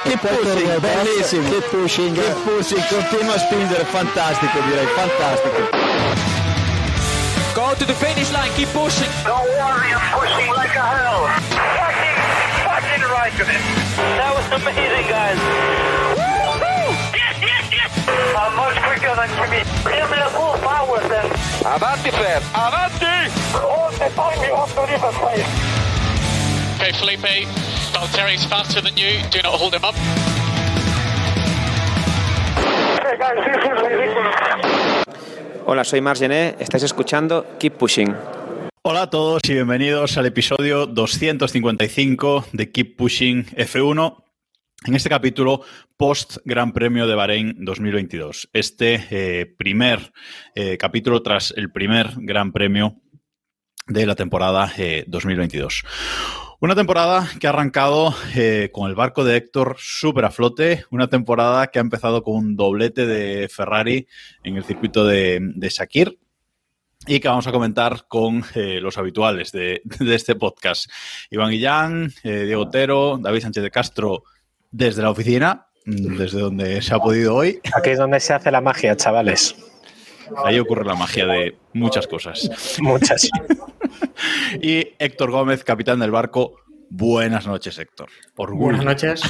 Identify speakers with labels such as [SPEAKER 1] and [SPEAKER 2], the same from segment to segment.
[SPEAKER 1] Che pushing, bellissimo. Che pushing, continua a spingere, fantastico, direi, fantastico.
[SPEAKER 2] Go to the finish line, keep pushing.
[SPEAKER 3] Don't worry, I'm pushing like a hell. Fucking right with it. That was amazing, guys. Woo-hoo! Yes. I'm much quicker than Jimmy. Give me the full power then.
[SPEAKER 2] Avanti, Fer, avanti!
[SPEAKER 3] All the time you have to leave a place.
[SPEAKER 4] Okay, Felipe, Valtteri's faster than you. Do not hold him up.
[SPEAKER 3] Hey guys, this is ridiculous.
[SPEAKER 5] Hola, soy Marc Gené, estáis escuchando Keep Pushing.
[SPEAKER 6] Hola a todos y bienvenidos al episodio 255 de Keep Pushing F1. En este capítulo post Gran Premio de Bahrein 2022. Primer capítulo tras el primer Gran Premio de la temporada 2022. Una temporada que ha arrancado con el barco de Héctor súper a flote. Una temporada que ha empezado con un doblete de Ferrari en el circuito de Sakir. Y que vamos a comentar con los habituales de este podcast. Iván Guillán, Diego Otero, David Sánchez de Castro desde la oficina, desde donde se ha podido hoy.
[SPEAKER 7] Aquí es donde se hace la magia, chavales.
[SPEAKER 6] Ahí ocurre la magia de muchas cosas.
[SPEAKER 7] Muchas.
[SPEAKER 6] Y Héctor Gómez, capitán del barco. Buenas noches, Héctor. Orgullo.
[SPEAKER 8] Buenas noches.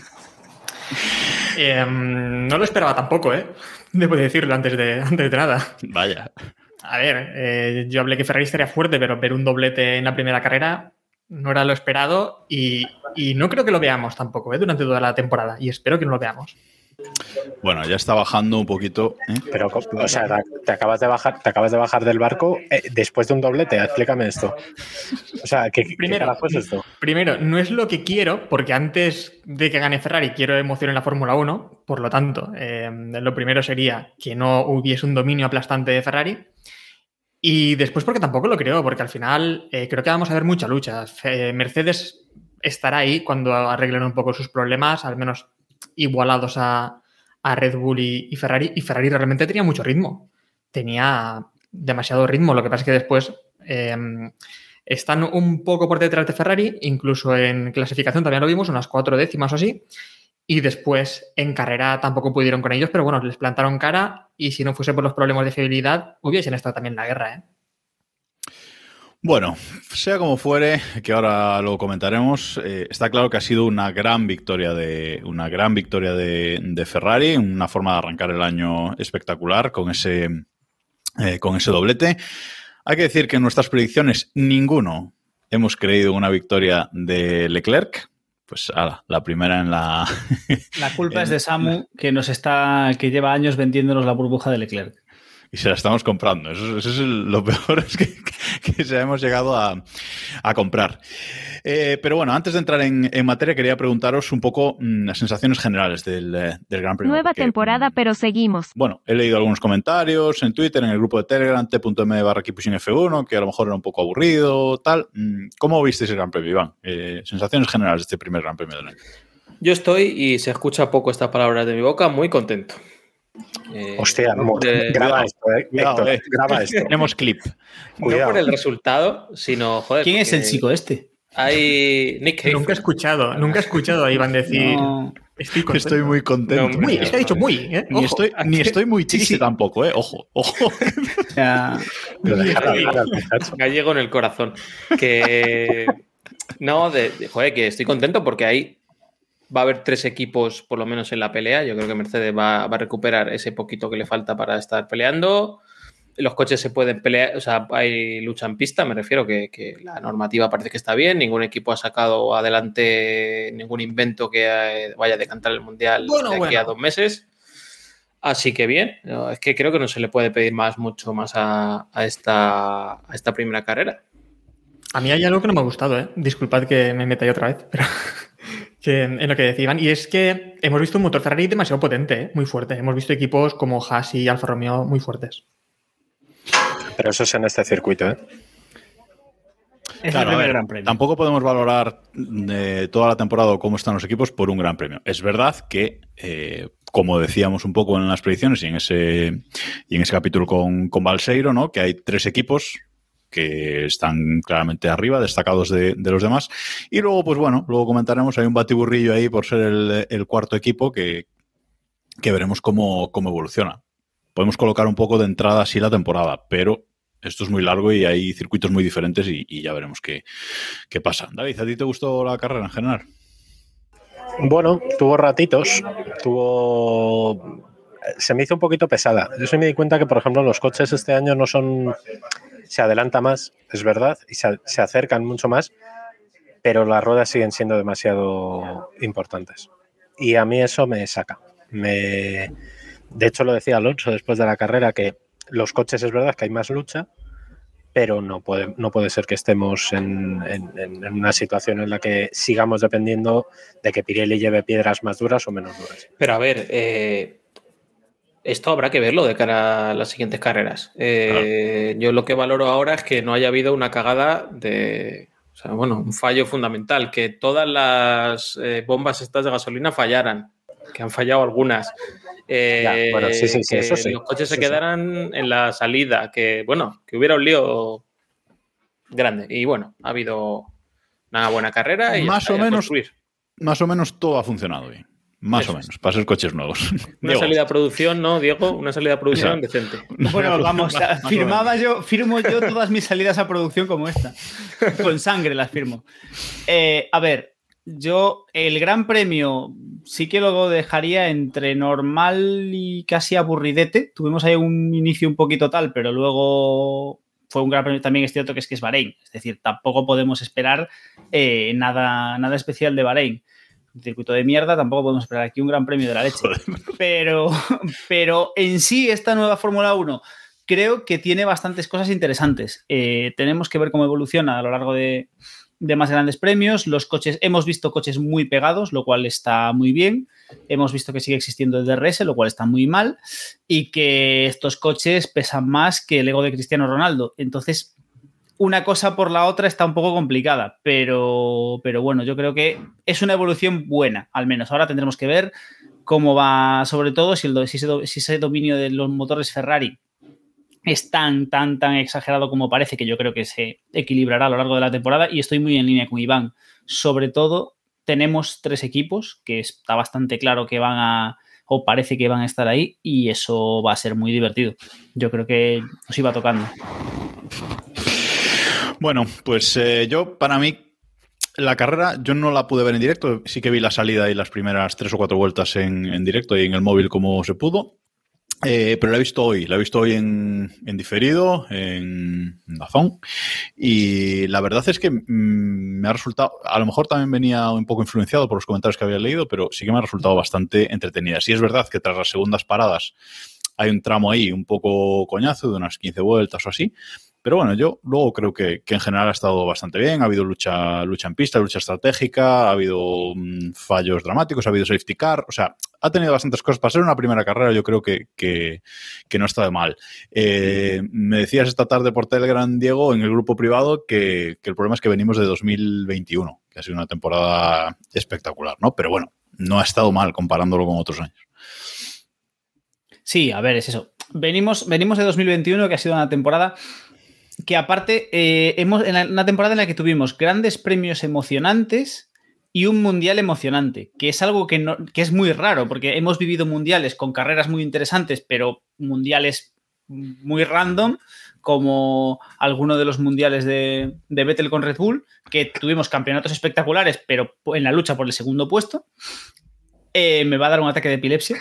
[SPEAKER 8] No lo esperaba tampoco, debo decirlo antes de nada.
[SPEAKER 6] Vaya.
[SPEAKER 8] A ver, yo hablé que Ferrari estaría fuerte, pero ver un doblete en la primera carrera no era lo esperado y no creo que lo veamos tampoco durante toda la temporada y espero que no lo veamos.
[SPEAKER 6] Bueno, ya está bajando un poquito.
[SPEAKER 7] Pero, o sea, te acabas de bajar del barco después de un doblete. Explícame esto. O sea, ¿qué carajo es esto?
[SPEAKER 8] Primero, no es lo que quiero, porque antes de que gane Ferrari quiero emoción en la Fórmula 1. Por lo tanto, lo primero sería que no hubiese un dominio aplastante de Ferrari. Y después porque tampoco lo creo, porque al final creo que vamos a ver mucha lucha. Mercedes estará ahí cuando arreglen un poco sus problemas, al menos igualados a Red Bull y Ferrari. Y Ferrari realmente tenía mucho ritmo. Tenía demasiado ritmo. Lo que pasa es que después están un poco por detrás de Ferrari. Incluso en clasificación también lo vimos, unas 4 décimas o así. Y después en carrera tampoco pudieron con ellos, pero bueno, les plantaron cara y si no fuese por los problemas de fiabilidad, hubiesen estado también en la guerra,
[SPEAKER 6] Bueno, sea como fuere, que ahora lo comentaremos, está claro que ha sido una gran victoria de Ferrari, una forma de arrancar el año espectacular con ese doblete. Hay que decir que en nuestras predicciones ninguno hemos creído en una victoria de Leclerc. Pues la primera en la...
[SPEAKER 9] La culpa es de Samu, que que lleva años vendiéndonos la burbuja de Leclerc.
[SPEAKER 6] Y se la estamos comprando. Eso es lo peor, es que se hemos llegado a comprar. Pero bueno, antes de entrar en materia, quería preguntaros un poco las sensaciones generales del Gran Premio.
[SPEAKER 10] Nueva temporada, pero seguimos.
[SPEAKER 6] Bueno, he leído algunos comentarios en Twitter, en el grupo de Telegram, t.m/KeepPushingF1, que a lo mejor era un poco aburrido, tal. ¿Cómo visteis el Gran Premio, Iván? Sensaciones generales de este primer Gran Premio del año.
[SPEAKER 11] Yo estoy, y se escucha poco estas palabras de mi boca, muy contento.
[SPEAKER 7] Hostia, graba esto,
[SPEAKER 6] Cuidado,
[SPEAKER 7] Héctor, graba esto.
[SPEAKER 6] Tenemos clip.
[SPEAKER 11] No por el resultado, sino, joder.
[SPEAKER 9] ¿Quién es el chico este?
[SPEAKER 11] Hay Nick Hafer.
[SPEAKER 8] Nunca he escuchado a Iván decir...
[SPEAKER 9] No.
[SPEAKER 6] Estoy muy contento.
[SPEAKER 8] No, es que ha dicho muy,
[SPEAKER 6] Ni estoy muy triste tampoco, Ojo.
[SPEAKER 7] Pero
[SPEAKER 11] Gallego en el corazón. Que... No, joder, que estoy contento porque ahí va a haber 3 equipos por lo menos en la pelea. Yo creo que Mercedes va a recuperar ese poquito que le falta para estar peleando. Los coches se pueden pelear, o sea, hay lucha en pista, me refiero que la normativa parece que está bien, ningún equipo ha sacado adelante ningún invento que vaya a decantar el Mundial de aquí a 2 meses. Así que bien, es que creo que no se le puede pedir mucho más a esta primera carrera.
[SPEAKER 8] A mí hay algo que no me ha gustado, Disculpad que me meta ahí otra vez, pero... que en lo que decían, y es que hemos visto un motor Ferrari demasiado potente, muy fuerte. Hemos visto equipos como Haas y Alfa Romeo muy fuertes.
[SPEAKER 7] Pero eso es en este circuito,
[SPEAKER 9] Es
[SPEAKER 6] claro,
[SPEAKER 9] el primer Gran Premio.
[SPEAKER 6] Tampoco podemos valorar toda la temporada cómo están los equipos por un Gran Premio. Es verdad que, como decíamos un poco en las predicciones y en ese capítulo con Balseiro, ¿no? Que hay 3 equipos que están claramente arriba, destacados de los demás. Y luego, pues bueno, luego comentaremos, hay un batiburrillo ahí por ser el cuarto equipo que veremos cómo evoluciona. Podemos colocar un poco de entrada así la temporada, pero esto es muy largo y hay circuitos muy diferentes y ya veremos qué pasa. David, ¿a ti te gustó la carrera en general?
[SPEAKER 7] Bueno, tuvo ratitos, se me hizo un poquito pesada. Yo sí me di cuenta que, por ejemplo, los coches este año no son... Se adelanta más, es verdad, y se acercan mucho más, pero las ruedas siguen siendo demasiado importantes. Y a mí eso me saca. De hecho, lo decía Alonso después de la carrera, que los coches es verdad que hay más lucha, pero no puede ser que estemos en una situación en la que sigamos dependiendo de que Pirelli lleve piedras más duras o menos duras.
[SPEAKER 11] Pero a ver, esto habrá que verlo de cara a las siguientes carreras. Claro. Yo lo que valoro ahora es que no haya habido una cagada un fallo fundamental, que todas las bombas estas de gasolina fallaran, que han fallado algunas.
[SPEAKER 7] Sí, eso sí.
[SPEAKER 11] Los coches se quedaran en la salida, que hubiera un lío grande. Y bueno, ha habido una buena carrera y
[SPEAKER 6] más o menos todo ha funcionado bien. Más o menos, para ser coches nuevos.
[SPEAKER 11] Una salida a producción, ¿no, Diego? Una salida a producción decente.
[SPEAKER 9] Bueno, vamos, firmo yo todas mis salidas a producción como esta. Con sangre las firmo. A ver, yo el Gran Premio sí que lo dejaría entre normal y casi aburridete. Tuvimos ahí un inicio un poquito tal, pero luego fue un Gran Premio. También es cierto que es Bahrein. Es decir, tampoco podemos esperar nada especial de Bahrein. Un circuito de mierda, tampoco podemos esperar aquí un Gran Premio de la leche. Pero en sí, esta nueva Fórmula 1 creo que tiene bastantes cosas interesantes. Tenemos que ver cómo evoluciona a lo largo de más grandes premios. Los coches, hemos visto coches muy pegados, lo cual está muy bien. Hemos visto que sigue existiendo el DRS, lo cual está muy mal. Y que estos coches pesan más que el ego de Cristiano Ronaldo. Entonces, una cosa por la otra está un poco complicada, pero bueno, yo creo que es una evolución buena, al menos. Ahora tendremos que ver cómo va, sobre todo si ese dominio de los motores Ferrari es tan exagerado como parece, que yo creo que se equilibrará a lo largo de la temporada, y estoy muy en línea con Iván. Sobre todo, tenemos 3 equipos que está bastante claro que o parece que van a estar ahí, y eso va a ser muy divertido. Yo creo que nos iba tocando.
[SPEAKER 6] Bueno, pues para mí, la carrera yo no la pude ver en directo. Sí que vi la salida y las primeras 3 o 4 vueltas en directo y en el móvil como se pudo. Pero la he visto hoy en diferido, en DAZN, y la verdad es que me ha resultado, a lo mejor también venía un poco influenciado por los comentarios que había leído, pero sí que me ha resultado bastante entretenida. Sí es verdad que tras las segundas paradas hay un tramo ahí un poco coñazo de unas 15 vueltas o así, pero bueno, yo luego creo que en general ha estado bastante bien. Ha habido lucha en pista, lucha estratégica, ha habido fallos dramáticos, ha habido safety car, o sea, ha tenido bastantes cosas. Para ser una primera carrera yo creo que no está de mal. Me decías esta tarde por Telegram, Diego, en el grupo privado, que el problema es que venimos de 2021, que ha sido una temporada espectacular, ¿no? Pero bueno, no ha estado mal comparándolo con otros años.
[SPEAKER 9] Sí, a ver, es eso. Venimos de 2021, que ha sido una temporada que aparte, una temporada en la que tuvimos grandes premios emocionantes y un mundial emocionante, que es algo que es muy raro, porque hemos vivido mundiales con carreras muy interesantes, pero mundiales muy random, como alguno de los mundiales de Vettel con Red Bull, que tuvimos campeonatos espectaculares, pero en la lucha por el segundo puesto. Me va a dar un ataque de epilepsia.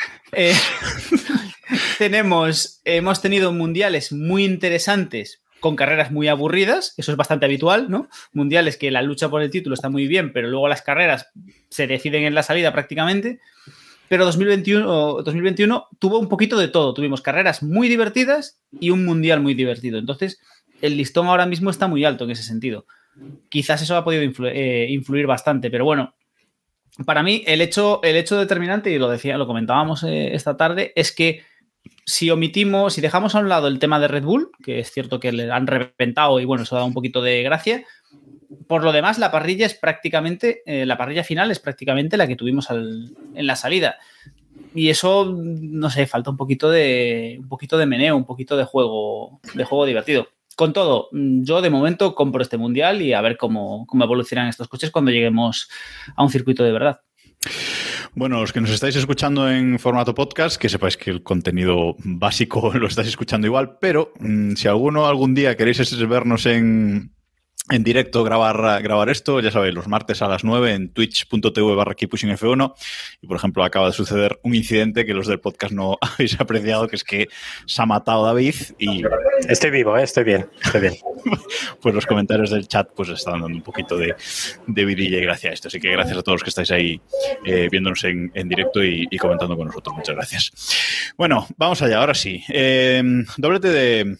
[SPEAKER 9] Hemos tenido mundiales muy interesantes con carreras muy aburridas, eso es bastante habitual, ¿no? Mundiales que la lucha por el título está muy bien, pero luego las carreras se deciden en la salida prácticamente. Pero 2021 tuvo un poquito de todo. Tuvimos carreras muy divertidas y un mundial muy divertido. Entonces, el listón ahora mismo está muy alto en ese sentido. Quizás eso ha podido influir bastante, pero bueno, para mí el hecho determinante, y lo comentábamos esta tarde, es que si dejamos a un lado el tema de Red Bull, que es cierto que le han reventado y bueno, eso da un poquito de gracia, por lo demás la parrilla final es prácticamente la que tuvimos en la salida. Y eso, no sé, falta un poquito de meneo, un poquito de juego divertido. con todo, yo de momento compro este mundial y a ver cómo evolucionan estos coches cuando lleguemos a un circuito de verdad.
[SPEAKER 6] Bueno, los que nos estáis escuchando en formato podcast, que sepáis que el contenido básico lo estáis escuchando igual, pero si algún día queréis vernos en directo, grabar esto, ya sabéis, los martes a las 9 en twitch.tv/keeppushingf1. Y, por ejemplo, acaba de suceder un incidente que los del podcast no habéis apreciado, que es que se ha matado David y...
[SPEAKER 7] Estoy vivo, estoy bien.
[SPEAKER 6] Pues los comentarios del chat pues están dando un poquito de vidilla y gracia a esto. Así que gracias a todos los que estáis ahí viéndonos en directo y comentando con nosotros. Muchas gracias. Bueno, vamos allá, ahora sí. Doblete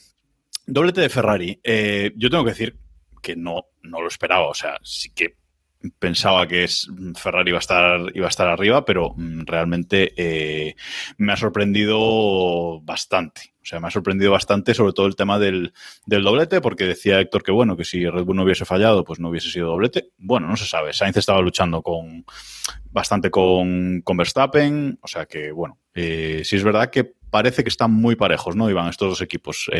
[SPEAKER 6] de Ferrari. Yo tengo que decir que no lo esperaba, o sea, sí que pensaba que Ferrari iba a estar arriba, pero realmente me ha sorprendido bastante. O sea, me ha sorprendido bastante sobre todo el tema del doblete, porque decía Héctor que bueno, que si Red Bull no hubiese fallado, pues no hubiese sido doblete. Bueno, no se sabe. Sainz estaba luchando bastante con Verstappen, o sea que bueno, sí es verdad que parece que están muy parejos, ¿no, Iván? Estos dos equipos,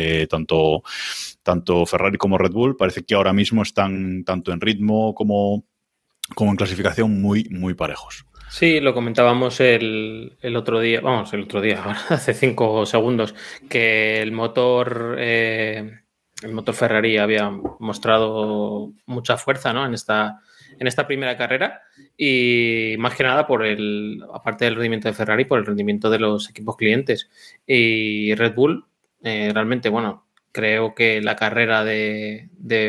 [SPEAKER 6] tanto Ferrari como Red Bull, parece que ahora mismo están tanto en ritmo como en clasificación muy, muy parejos.
[SPEAKER 11] Sí, lo comentábamos el otro día, hace 5 segundos, que el motor Ferrari había mostrado mucha fuerza, ¿no? en esta primera carrera, y más que nada aparte del rendimiento de Ferrari, por el rendimiento de los equipos clientes. Y Red Bull, realmente, bueno, creo que la carrera de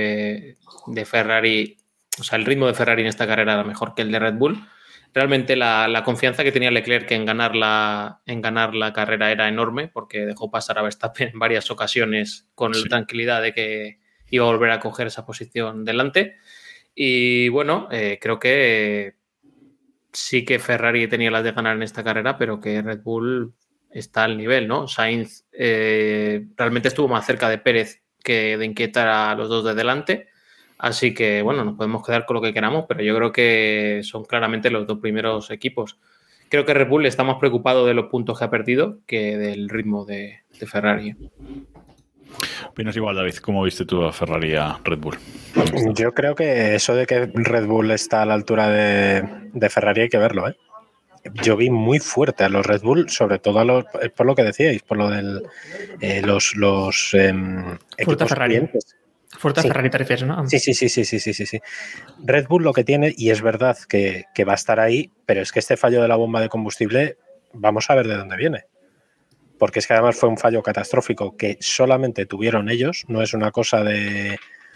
[SPEAKER 11] Ferrari, o sea, el ritmo de Ferrari en esta carrera era mejor que el de Red Bull. Realmente la confianza que tenía Leclerc en ganar la carrera era enorme, porque dejó pasar a Verstappen en varias ocasiones con la tranquilidad de que iba a volver a coger esa posición delante. Y bueno, creo que sí que Ferrari tenía las de ganar en esta carrera, pero que Red Bull está al nivel, ¿no? Sainz realmente estuvo más cerca de Pérez que de inquietar a los dos de delante. Así que, bueno, nos podemos quedar con lo que queramos, pero yo creo que son claramente los dos primeros equipos. Creo que Red Bull está más preocupado de los puntos que ha perdido que del ritmo de Ferrari.
[SPEAKER 6] ¿Opinas igual, David? ¿Cómo viste tú a Ferrari y a Red Bull?
[SPEAKER 7] Yo creo que eso de que Red Bull está a la altura de Ferrari hay que verlo, ¿eh? Yo vi muy fuerte a los Red Bull, sobre todo por lo que decíais, por lo de los equipos
[SPEAKER 8] Ferrari.
[SPEAKER 7] clientes.
[SPEAKER 8] Fuerte Ferrari te refieres, ¿no?
[SPEAKER 7] Sí. Red Bull lo que tiene, y es verdad que va a estar ahí, pero es que este fallo de la bomba de combustible, vamos a ver de dónde viene. Porque es que además fue un fallo catastrófico que solamente tuvieron ellos, no es una cosa de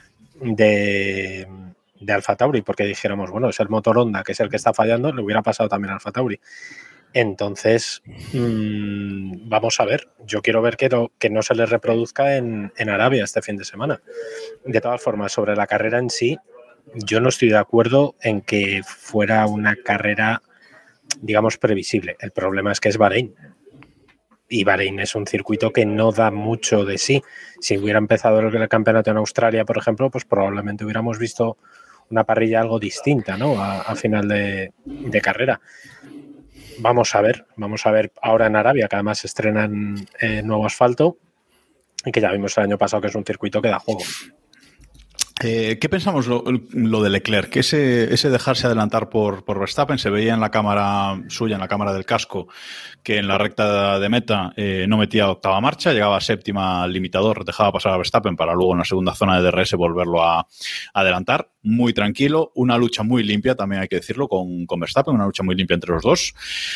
[SPEAKER 7] Alfa Tauri, porque dijéramos, bueno, es el motor Honda que es el que está fallando, le hubiera pasado también a Alfa Tauri. Entonces, vamos a ver. Yo quiero ver que no se les reproduzca en Arabia este fin de semana. De todas formas, sobre la carrera en sí, yo no estoy de acuerdo en que fuera una carrera, digamos, previsible. El problema es que es Bahrein. Y Bahrein es un circuito que no da mucho de sí. Si hubiera empezado el campeonato en Australia, por ejemplo, pues probablemente hubiéramos visto una parrilla algo distinta, ¿no? A final de carrera. Vamos a ver ahora en Arabia, que además estrenan nuevo asfalto y que ya vimos el año pasado que es un circuito que da juego.
[SPEAKER 6] ¿Qué pensamos lo de Leclerc? Que ese dejarse adelantar por Verstappen, se veía en la cámara suya, en la cámara del casco, que en la recta de meta no metía octava marcha, llegaba a séptima al limitador, dejaba pasar a Verstappen para luego en la segunda zona de DRS volverlo a adelantar. Muy tranquilo, una lucha muy limpia, también hay que decirlo, con Verstappen, una lucha muy limpia entre los dos.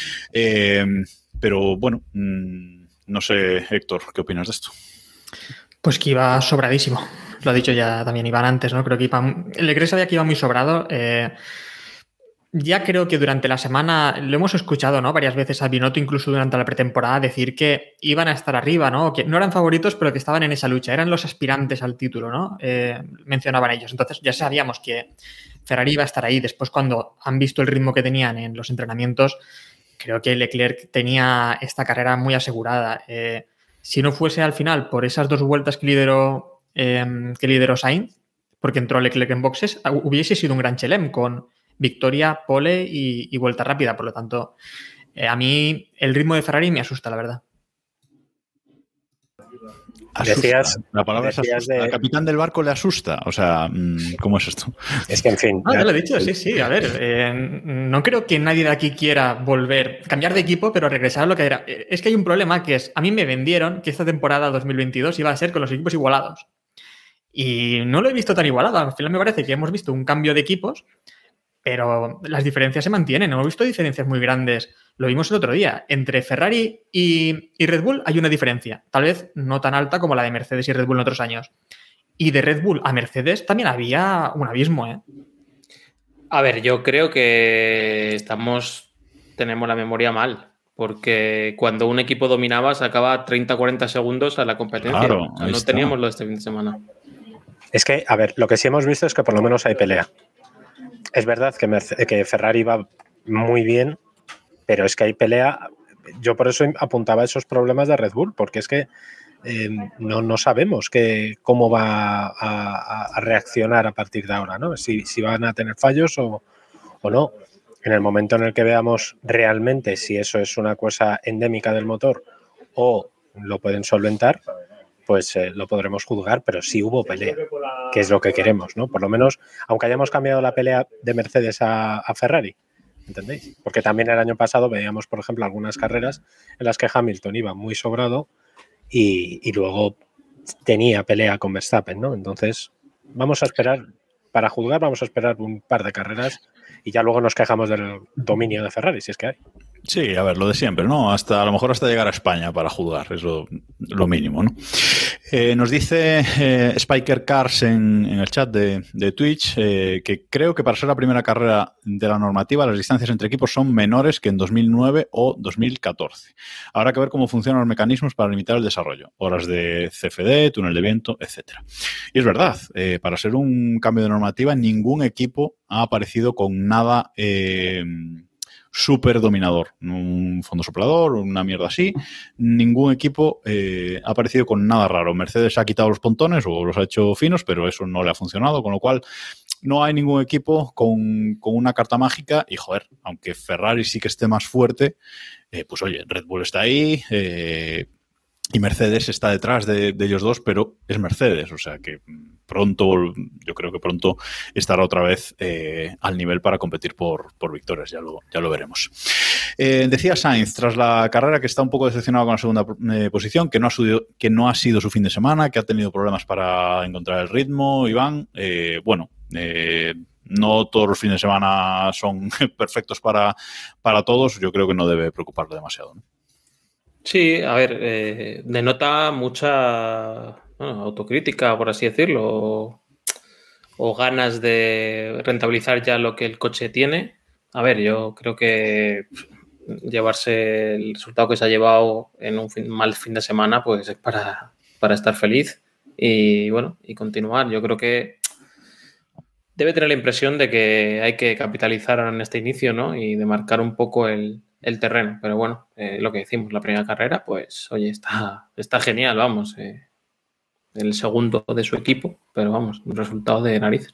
[SPEAKER 6] Pero bueno, no sé, Héctor, ¿qué opinas de esto?
[SPEAKER 8] Pues que iba sobradísimo. Lo ha dicho ya también Iván antes, ¿no? Creo que Leclerc sabía que iba muy sobrado. Ya creo que durante la semana lo hemos escuchado, ¿no? Varias veces a Binotto, incluso durante la pretemporada, decir que iban a estar arriba, ¿no? Que no eran favoritos, pero que estaban en esa lucha. Eran los aspirantes al título, ¿no? Mencionaban ellos. Entonces ya sabíamos que Ferrari iba a estar ahí. Después, cuando han visto el ritmo que tenían en los entrenamientos, creo que Leclerc tenía esta carrera muy asegurada. Si no fuese al final por esas 2 vueltas que lideró Sainz, porque entró Leclerc en boxes, hubiese sido un gran chelem con victoria, pole y vuelta rápida. Por lo tanto, a mí el ritmo de Ferrari me asusta, la verdad.
[SPEAKER 6] La palabra es asusta. ¿Al capitán del barco le asusta? O sea, ¿cómo es esto?
[SPEAKER 7] Es que, en fin...
[SPEAKER 8] Ya lo he dicho, sí. A ver, no creo que nadie de aquí quiera cambiar de equipo, pero regresar a lo que era. Es que hay un problema que es, a mí me vendieron que esta temporada 2022 iba a ser con los equipos igualados. Y no lo he visto tan igualado. Al final me parece que hemos visto un cambio de equipos, pero las diferencias se mantienen. No hemos visto diferencias muy grandes. Lo vimos el otro día. Entre Ferrari y Red Bull hay una diferencia. Tal vez no tan alta como la de Mercedes y Red Bull en otros años. Y de Red Bull a Mercedes también había un abismo, ¿eh?
[SPEAKER 11] A ver, yo creo que tenemos la memoria mal. Porque cuando un equipo dominaba sacaba 30-40 segundos a la competencia.
[SPEAKER 6] Claro,
[SPEAKER 11] no teníamos lo de este fin de semana.
[SPEAKER 7] Es que, a ver, lo que sí hemos visto es que por lo menos hay pelea. Es verdad que Ferrari va muy bien, pero es que hay pelea. Yo por eso apuntaba esos problemas de Red Bull, porque es que no sabemos cómo va a reaccionar a partir de ahora, ¿no? Si van a tener fallos o no. En el momento en el que veamos realmente si eso es una cosa endémica del motor o lo pueden solventar, pues lo podremos juzgar, pero sí hubo pelea, que es lo que queremos, ¿no? Por lo menos, aunque hayamos cambiado la pelea de Mercedes a Ferrari, ¿entendéis? Porque también el año pasado veíamos, por ejemplo, algunas carreras en las que Hamilton iba muy sobrado y luego tenía pelea con Verstappen, ¿no? Entonces, vamos a esperar, para juzgar, vamos a esperar un par de carreras y ya luego nos quejamos del dominio de Ferrari, si es que hay.
[SPEAKER 6] Sí, a ver, lo de siempre, ¿no? A lo mejor hasta llegar a España para juzgar, es lo mínimo, ¿no? Nos dice Spiker Cars en el chat de Twitch que creo que para ser la primera carrera de la normativa las distancias entre equipos son menores que en 2009 o 2014. Habrá que ver cómo funcionan los mecanismos para limitar el desarrollo, horas de CFD, túnel de viento, etcétera. Y es verdad, para ser un cambio de normativa ningún equipo ha aparecido con nada súper dominador, un fondo soplador, una mierda así. Ningún equipo ha aparecido con nada raro. Mercedes ha quitado los pontones o los ha hecho finos, pero eso no le ha funcionado, con lo cual no hay ningún equipo con una carta mágica y, joder, aunque Ferrari sí que esté más fuerte, pues oye, Red Bull está ahí y Mercedes está detrás de ellos dos, pero es Mercedes, o sea que yo creo que pronto estará otra vez al nivel para competir por victorias, ya lo veremos. Decía Sainz, tras la carrera, que está un poco decepcionado con la segunda posición, que no ha sido su fin de semana, que ha tenido problemas para encontrar el ritmo, Iván. No todos los fines de semana son perfectos para todos, yo creo que no debe preocuparle demasiado, ¿no?
[SPEAKER 11] Sí, a ver, denota mucha autocrítica, por así decirlo, o ganas de rentabilizar ya lo que el coche tiene. A ver, yo creo que llevarse el resultado que se ha llevado en un mal fin de semana, pues es para estar feliz y bueno, y continuar. Yo creo que debe tener la impresión de que hay que capitalizar en este inicio, ¿no? Y de marcar un poco el terreno, pero bueno, lo que decimos, la primera carrera, pues oye, está genial, vamos, el segundo de su equipo, pero vamos, un resultado de narices.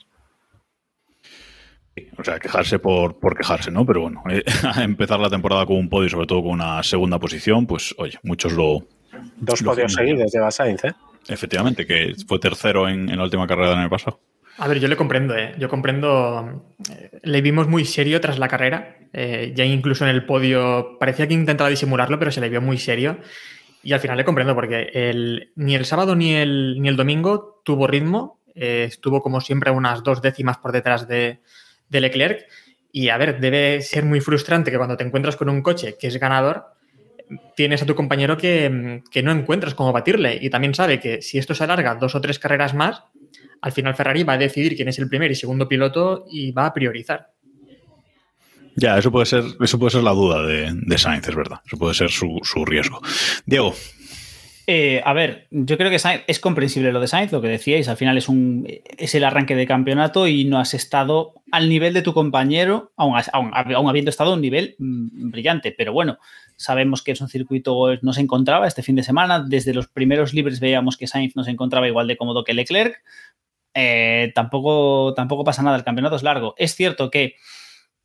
[SPEAKER 6] O sea, quejarse por quejarse, ¿no? Pero bueno, empezar la temporada con un podio y sobre todo con una segunda posición, pues oye, muchos
[SPEAKER 7] Dos podios seguidos lleva Sainz, ¿eh?
[SPEAKER 6] Efectivamente, que fue tercero en la última carrera del año pasado.
[SPEAKER 8] A ver, yo le comprendo, Yo comprendo. Le vimos muy serio tras la carrera. Ya incluso en el podio parecía que intentaba disimularlo, pero se le vio muy serio. Y al final le comprendo porque ni el sábado ni el domingo tuvo ritmo. Estuvo como siempre unas 2 décimas por detrás de Leclerc. Y a ver, debe ser muy frustrante que cuando te encuentras con un coche que es ganador, tienes a tu compañero que no encuentras cómo batirle. Y también sabe que si esto se alarga 2 o 3 carreras más, al final Ferrari va a decidir quién es el primer y segundo piloto y va a priorizar.
[SPEAKER 6] Ya, eso puede ser la duda de Sainz, es verdad. Eso puede ser su riesgo. Diego.
[SPEAKER 9] A ver, yo creo que es comprensible lo de Sainz, lo que decíais. Al final es el arranque de campeonato y no has estado al nivel de tu compañero, aún habiendo estado a un nivel brillante. Pero bueno, sabemos que es un circuito, no se encontraba este fin de semana. Desde los primeros libres veíamos que Sainz no se encontraba igual de cómodo que Leclerc. Tampoco pasa nada, el campeonato es largo. Es cierto que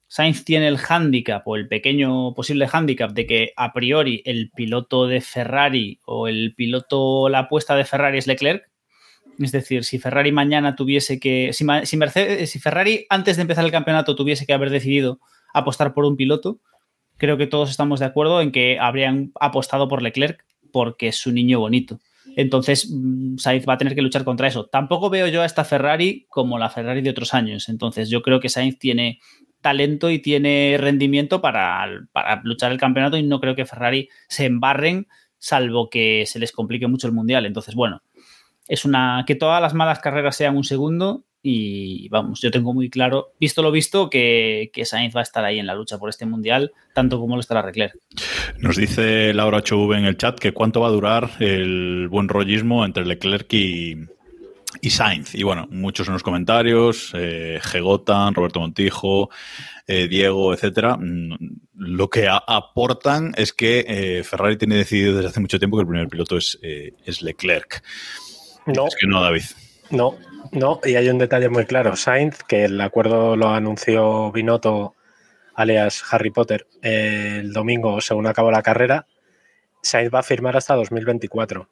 [SPEAKER 9] Sainz tiene el hándicap o el pequeño posible hándicap de que a priori el piloto de Ferrari o la apuesta de Ferrari es Leclerc. Es decir, si Ferrari mañana tuviese que... Si Ferrari antes de empezar el campeonato tuviese que haber decidido apostar por un piloto, creo que todos estamos de acuerdo en que habrían apostado por Leclerc porque es su niño bonito. Entonces, Sainz va a tener que luchar contra eso. Tampoco veo yo a esta Ferrari como la Ferrari de otros años. Entonces, yo creo que Sainz tiene talento y tiene rendimiento para luchar el campeonato y no creo que Ferrari se embarren, salvo que se les complique mucho el Mundial. Entonces, bueno, que todas las malas carreras sean un segundo y vamos, yo tengo muy claro, visto lo visto, que Sainz va a estar ahí en la lucha por este Mundial, tanto como lo estará Leclerc.
[SPEAKER 6] Nos dice Laura HV en el chat que cuánto va a durar el buen rollismo entre Leclerc y Sainz. Y bueno, muchos en los comentarios, Gegotan, Roberto Montijo, Diego, etcétera. Lo que aportan es que Ferrari tiene decidido desde hace mucho tiempo que el primer piloto es Leclerc.
[SPEAKER 7] No.
[SPEAKER 6] Es que no, David.
[SPEAKER 7] No, y hay un detalle muy claro. Sainz, que el acuerdo lo anunció Binotto, alias Harry Potter, el domingo según acabó la carrera, Sainz va a firmar hasta 2024.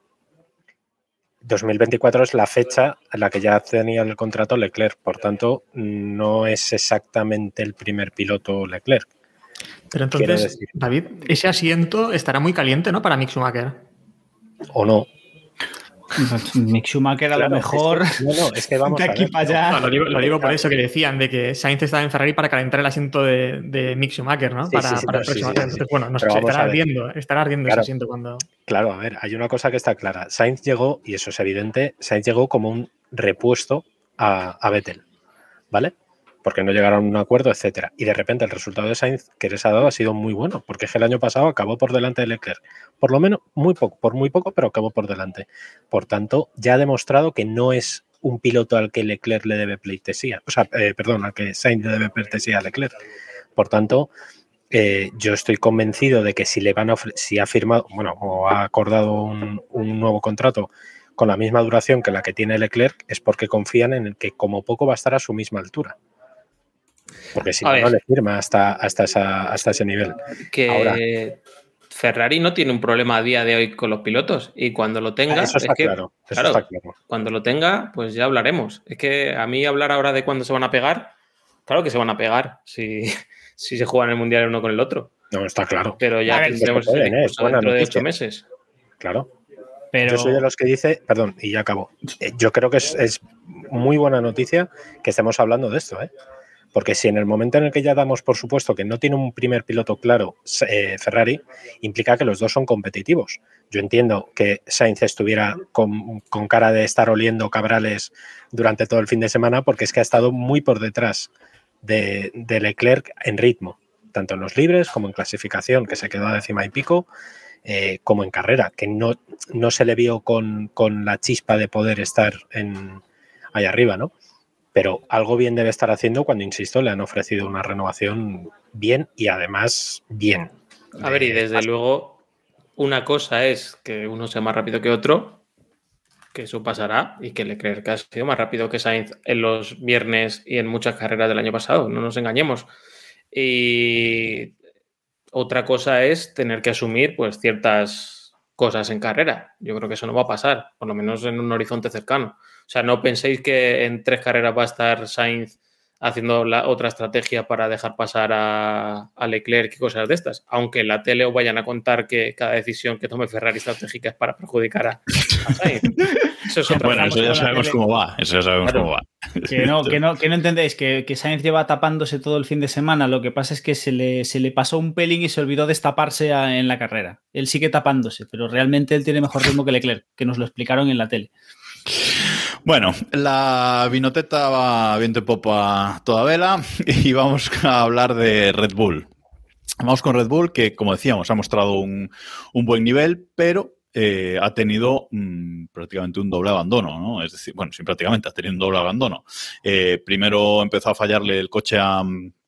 [SPEAKER 7] 2024 es la fecha en la que ya tenía el contrato Leclerc, por tanto, no es exactamente el primer piloto Leclerc.
[SPEAKER 8] Pero entonces, David, ese asiento estará muy caliente, ¿no? Para Mick Schumacher.
[SPEAKER 7] ¿O no?
[SPEAKER 9] Mick Schumacher a lo mejor
[SPEAKER 7] es que vamos
[SPEAKER 9] de aquí para allá.
[SPEAKER 8] No, lo digo por eso que decían de que Sainz estaba en Ferrari para calentar el asiento de Mick Schumacher, ¿no? Para el próximo año. Entonces, bueno, no sé, estará ardiendo
[SPEAKER 7] claro,
[SPEAKER 8] ese asiento cuando...
[SPEAKER 7] Claro, a ver, hay una cosa que está clara. Sainz llegó, y eso es evidente, Sainz llegó como un repuesto a Vettel, ¿vale? Porque no llegaron a un acuerdo, etcétera. Y de repente el resultado de Sainz que les ha dado ha sido muy bueno, porque es que el año pasado acabó por delante de Leclerc. Por lo menos, por muy poco, pero acabó por delante. Por tanto, ya ha demostrado que no es un piloto al que Leclerc le debe pleitesía. O sea, al que Sainz le debe pleitesía a Leclerc. Por tanto, yo estoy convencido de que si ha firmado, o ha acordado un nuevo contrato con la misma duración que la que tiene Leclerc, es porque confían en el que como poco va a estar a su misma altura. Porque si no le firma hasta ese nivel.
[SPEAKER 11] Que
[SPEAKER 7] ahora,
[SPEAKER 11] Ferrari no tiene un problema a día de hoy con los pilotos y cuando lo tenga...
[SPEAKER 7] Eso está claro.
[SPEAKER 11] Cuando lo tenga, pues ya hablaremos. Es que a mí hablar ahora de cuándo se van a pegar, claro que se van a pegar si se juegan el Mundial uno con el otro.
[SPEAKER 7] No, está claro.
[SPEAKER 11] Pero ya tendremos dentro de 8 meses.
[SPEAKER 7] Claro. Pero... Yo soy de los que dice... Perdón, y ya acabo. Yo creo que es muy buena noticia que estemos hablando de esto, ¿eh? Porque si en el momento en el que ya damos por supuesto que no tiene un primer piloto claro Ferrari, implica que los dos son competitivos. Yo entiendo que Sainz estuviera con cara de estar oliendo cabrales durante todo el fin de semana porque es que ha estado muy por detrás de Leclerc en ritmo, tanto en los libres como en clasificación, que se quedó a 10ª y pico, como en carrera, que no se le vio con la chispa de poder estar ahí arriba, ¿no? Pero algo bien debe estar haciendo cuando, insisto, le han ofrecido una renovación bien y además bien.
[SPEAKER 11] A ver, y desde luego una cosa es que uno sea más rápido que otro, que eso pasará, y que Leclerc ha sido más rápido que Sainz en los viernes y en muchas carreras del año pasado, no nos engañemos. Y otra cosa es tener que asumir pues ciertas cosas en carrera. Yo creo que eso no va a pasar, por lo menos en un horizonte cercano. O sea, no penséis que en 3 carreras va a estar Sainz haciendo otra estrategia para dejar pasar a Leclerc y cosas de estas. Aunque en la tele os vayan a contar que cada decisión que tome Ferrari estratégica es para perjudicar a Sainz. Eso es
[SPEAKER 6] bueno, eso ya sabemos cómo va.
[SPEAKER 9] Que no entendéis que Sainz lleva tapándose todo el fin de semana. Lo que pasa es que se le pasó un pelín y se olvidó destaparse en la carrera. Él sigue tapándose, pero realmente él tiene mejor ritmo que Leclerc, que nos lo explicaron en la tele.
[SPEAKER 6] Bueno, la vinoteta va viento en popa a toda vela y vamos a hablar de Red Bull. Vamos con Red Bull, que como decíamos ha mostrado un buen nivel, pero ha tenido prácticamente un doble abandono, ¿no? Es decir, bueno, sí, prácticamente ha tenido un doble abandono. Primero empezó a fallarle el coche a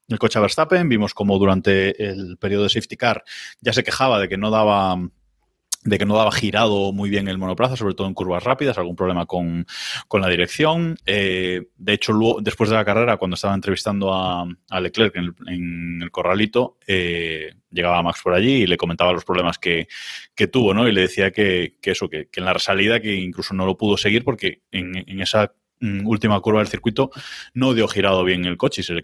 [SPEAKER 6] Verstappen. Vimos como durante el periodo de safety car ya se quejaba de que no daba que no daba girado muy bien el monoplaza, sobre todo en curvas rápidas, algún problema con la dirección. De hecho, luego, después de la carrera, cuando estaba entrevistando a Leclerc en el corralito, llegaba Max por allí y le comentaba los problemas que tuvo, ¿no? Y le decía que en la resalida que incluso no lo pudo seguir porque en esa última curva del circuito no dio girado bien el coche y se le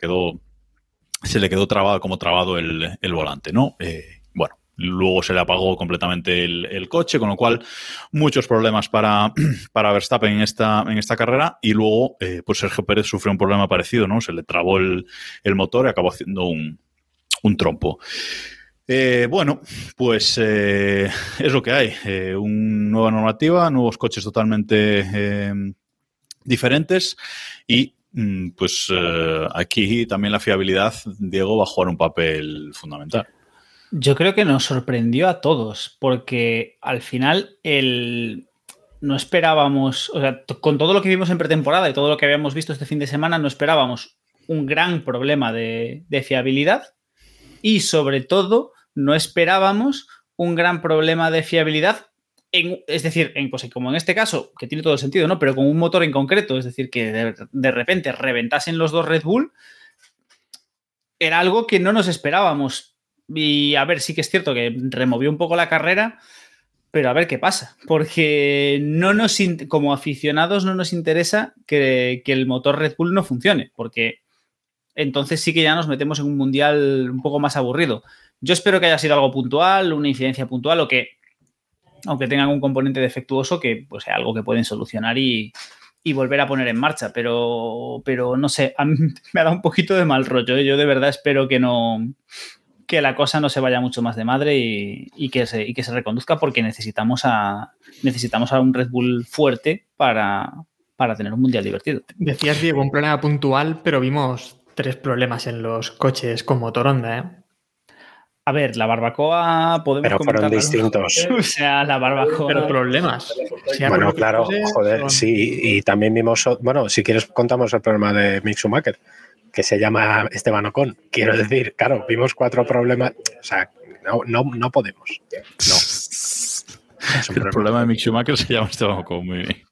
[SPEAKER 6] quedó trabado el volante, ¿no? Bueno, luego se le apagó completamente el coche, con lo cual muchos problemas para Verstappen en esta carrera, y luego pues Sergio Pérez sufrió un problema parecido, ¿no? Se le trabó el motor y acabó haciendo un trompo. Bueno, pues es lo que hay. Una nueva normativa, nuevos coches totalmente diferentes y pues aquí también la fiabilidad, Diego, va a jugar un papel fundamental.
[SPEAKER 9] Yo creo que nos sorprendió a todos, porque al final no esperábamos, o sea, con todo lo que vimos en pretemporada y todo lo que habíamos visto este fin de semana, no esperábamos un gran problema de fiabilidad y, sobre todo, no esperábamos un gran problema de fiabilidad, es decir, pues, como en este caso, que tiene todo el sentido, ¿no? Pero con un motor en concreto, es decir, que de repente reventasen los dos Red Bull, era algo que no nos esperábamos. Y a ver, sí que es cierto que removió un poco la carrera, pero a ver qué pasa, porque como aficionados no nos interesa que el motor Red Bull no funcione, porque entonces sí que ya nos metemos en un mundial un poco más aburrido. Yo espero que haya sido algo puntual, una incidencia puntual, o que, aunque tengan un componente defectuoso, que pues sea algo que pueden solucionar y volver a poner en marcha, pero no sé, a mí me ha dado un poquito de mal rollo, ¿eh? Yo de verdad espero que la cosa no se vaya mucho más de madre y que se reconduzca, porque necesitamos a un Red Bull fuerte para tener un mundial divertido.
[SPEAKER 8] Decías, Diego, un problema puntual, pero vimos 3 problemas en los coches con motor Honda, ¿eh?
[SPEAKER 9] A ver, la barbacoa podemos
[SPEAKER 7] comentar. Pero fueron distintos.
[SPEAKER 9] O sea, la barbacoa...
[SPEAKER 8] Pero problemas.
[SPEAKER 7] Bueno, claro, joder, sí. Y también vimos... Bueno, si quieres contamos el problema de Mick Schumacher, que se llama Esteban Ocon. Quiero decir, claro, vimos 4 problemas. O sea, no podemos. No.
[SPEAKER 6] El problema de Mick Schumacher se llama Esteban Ocon, muy bien.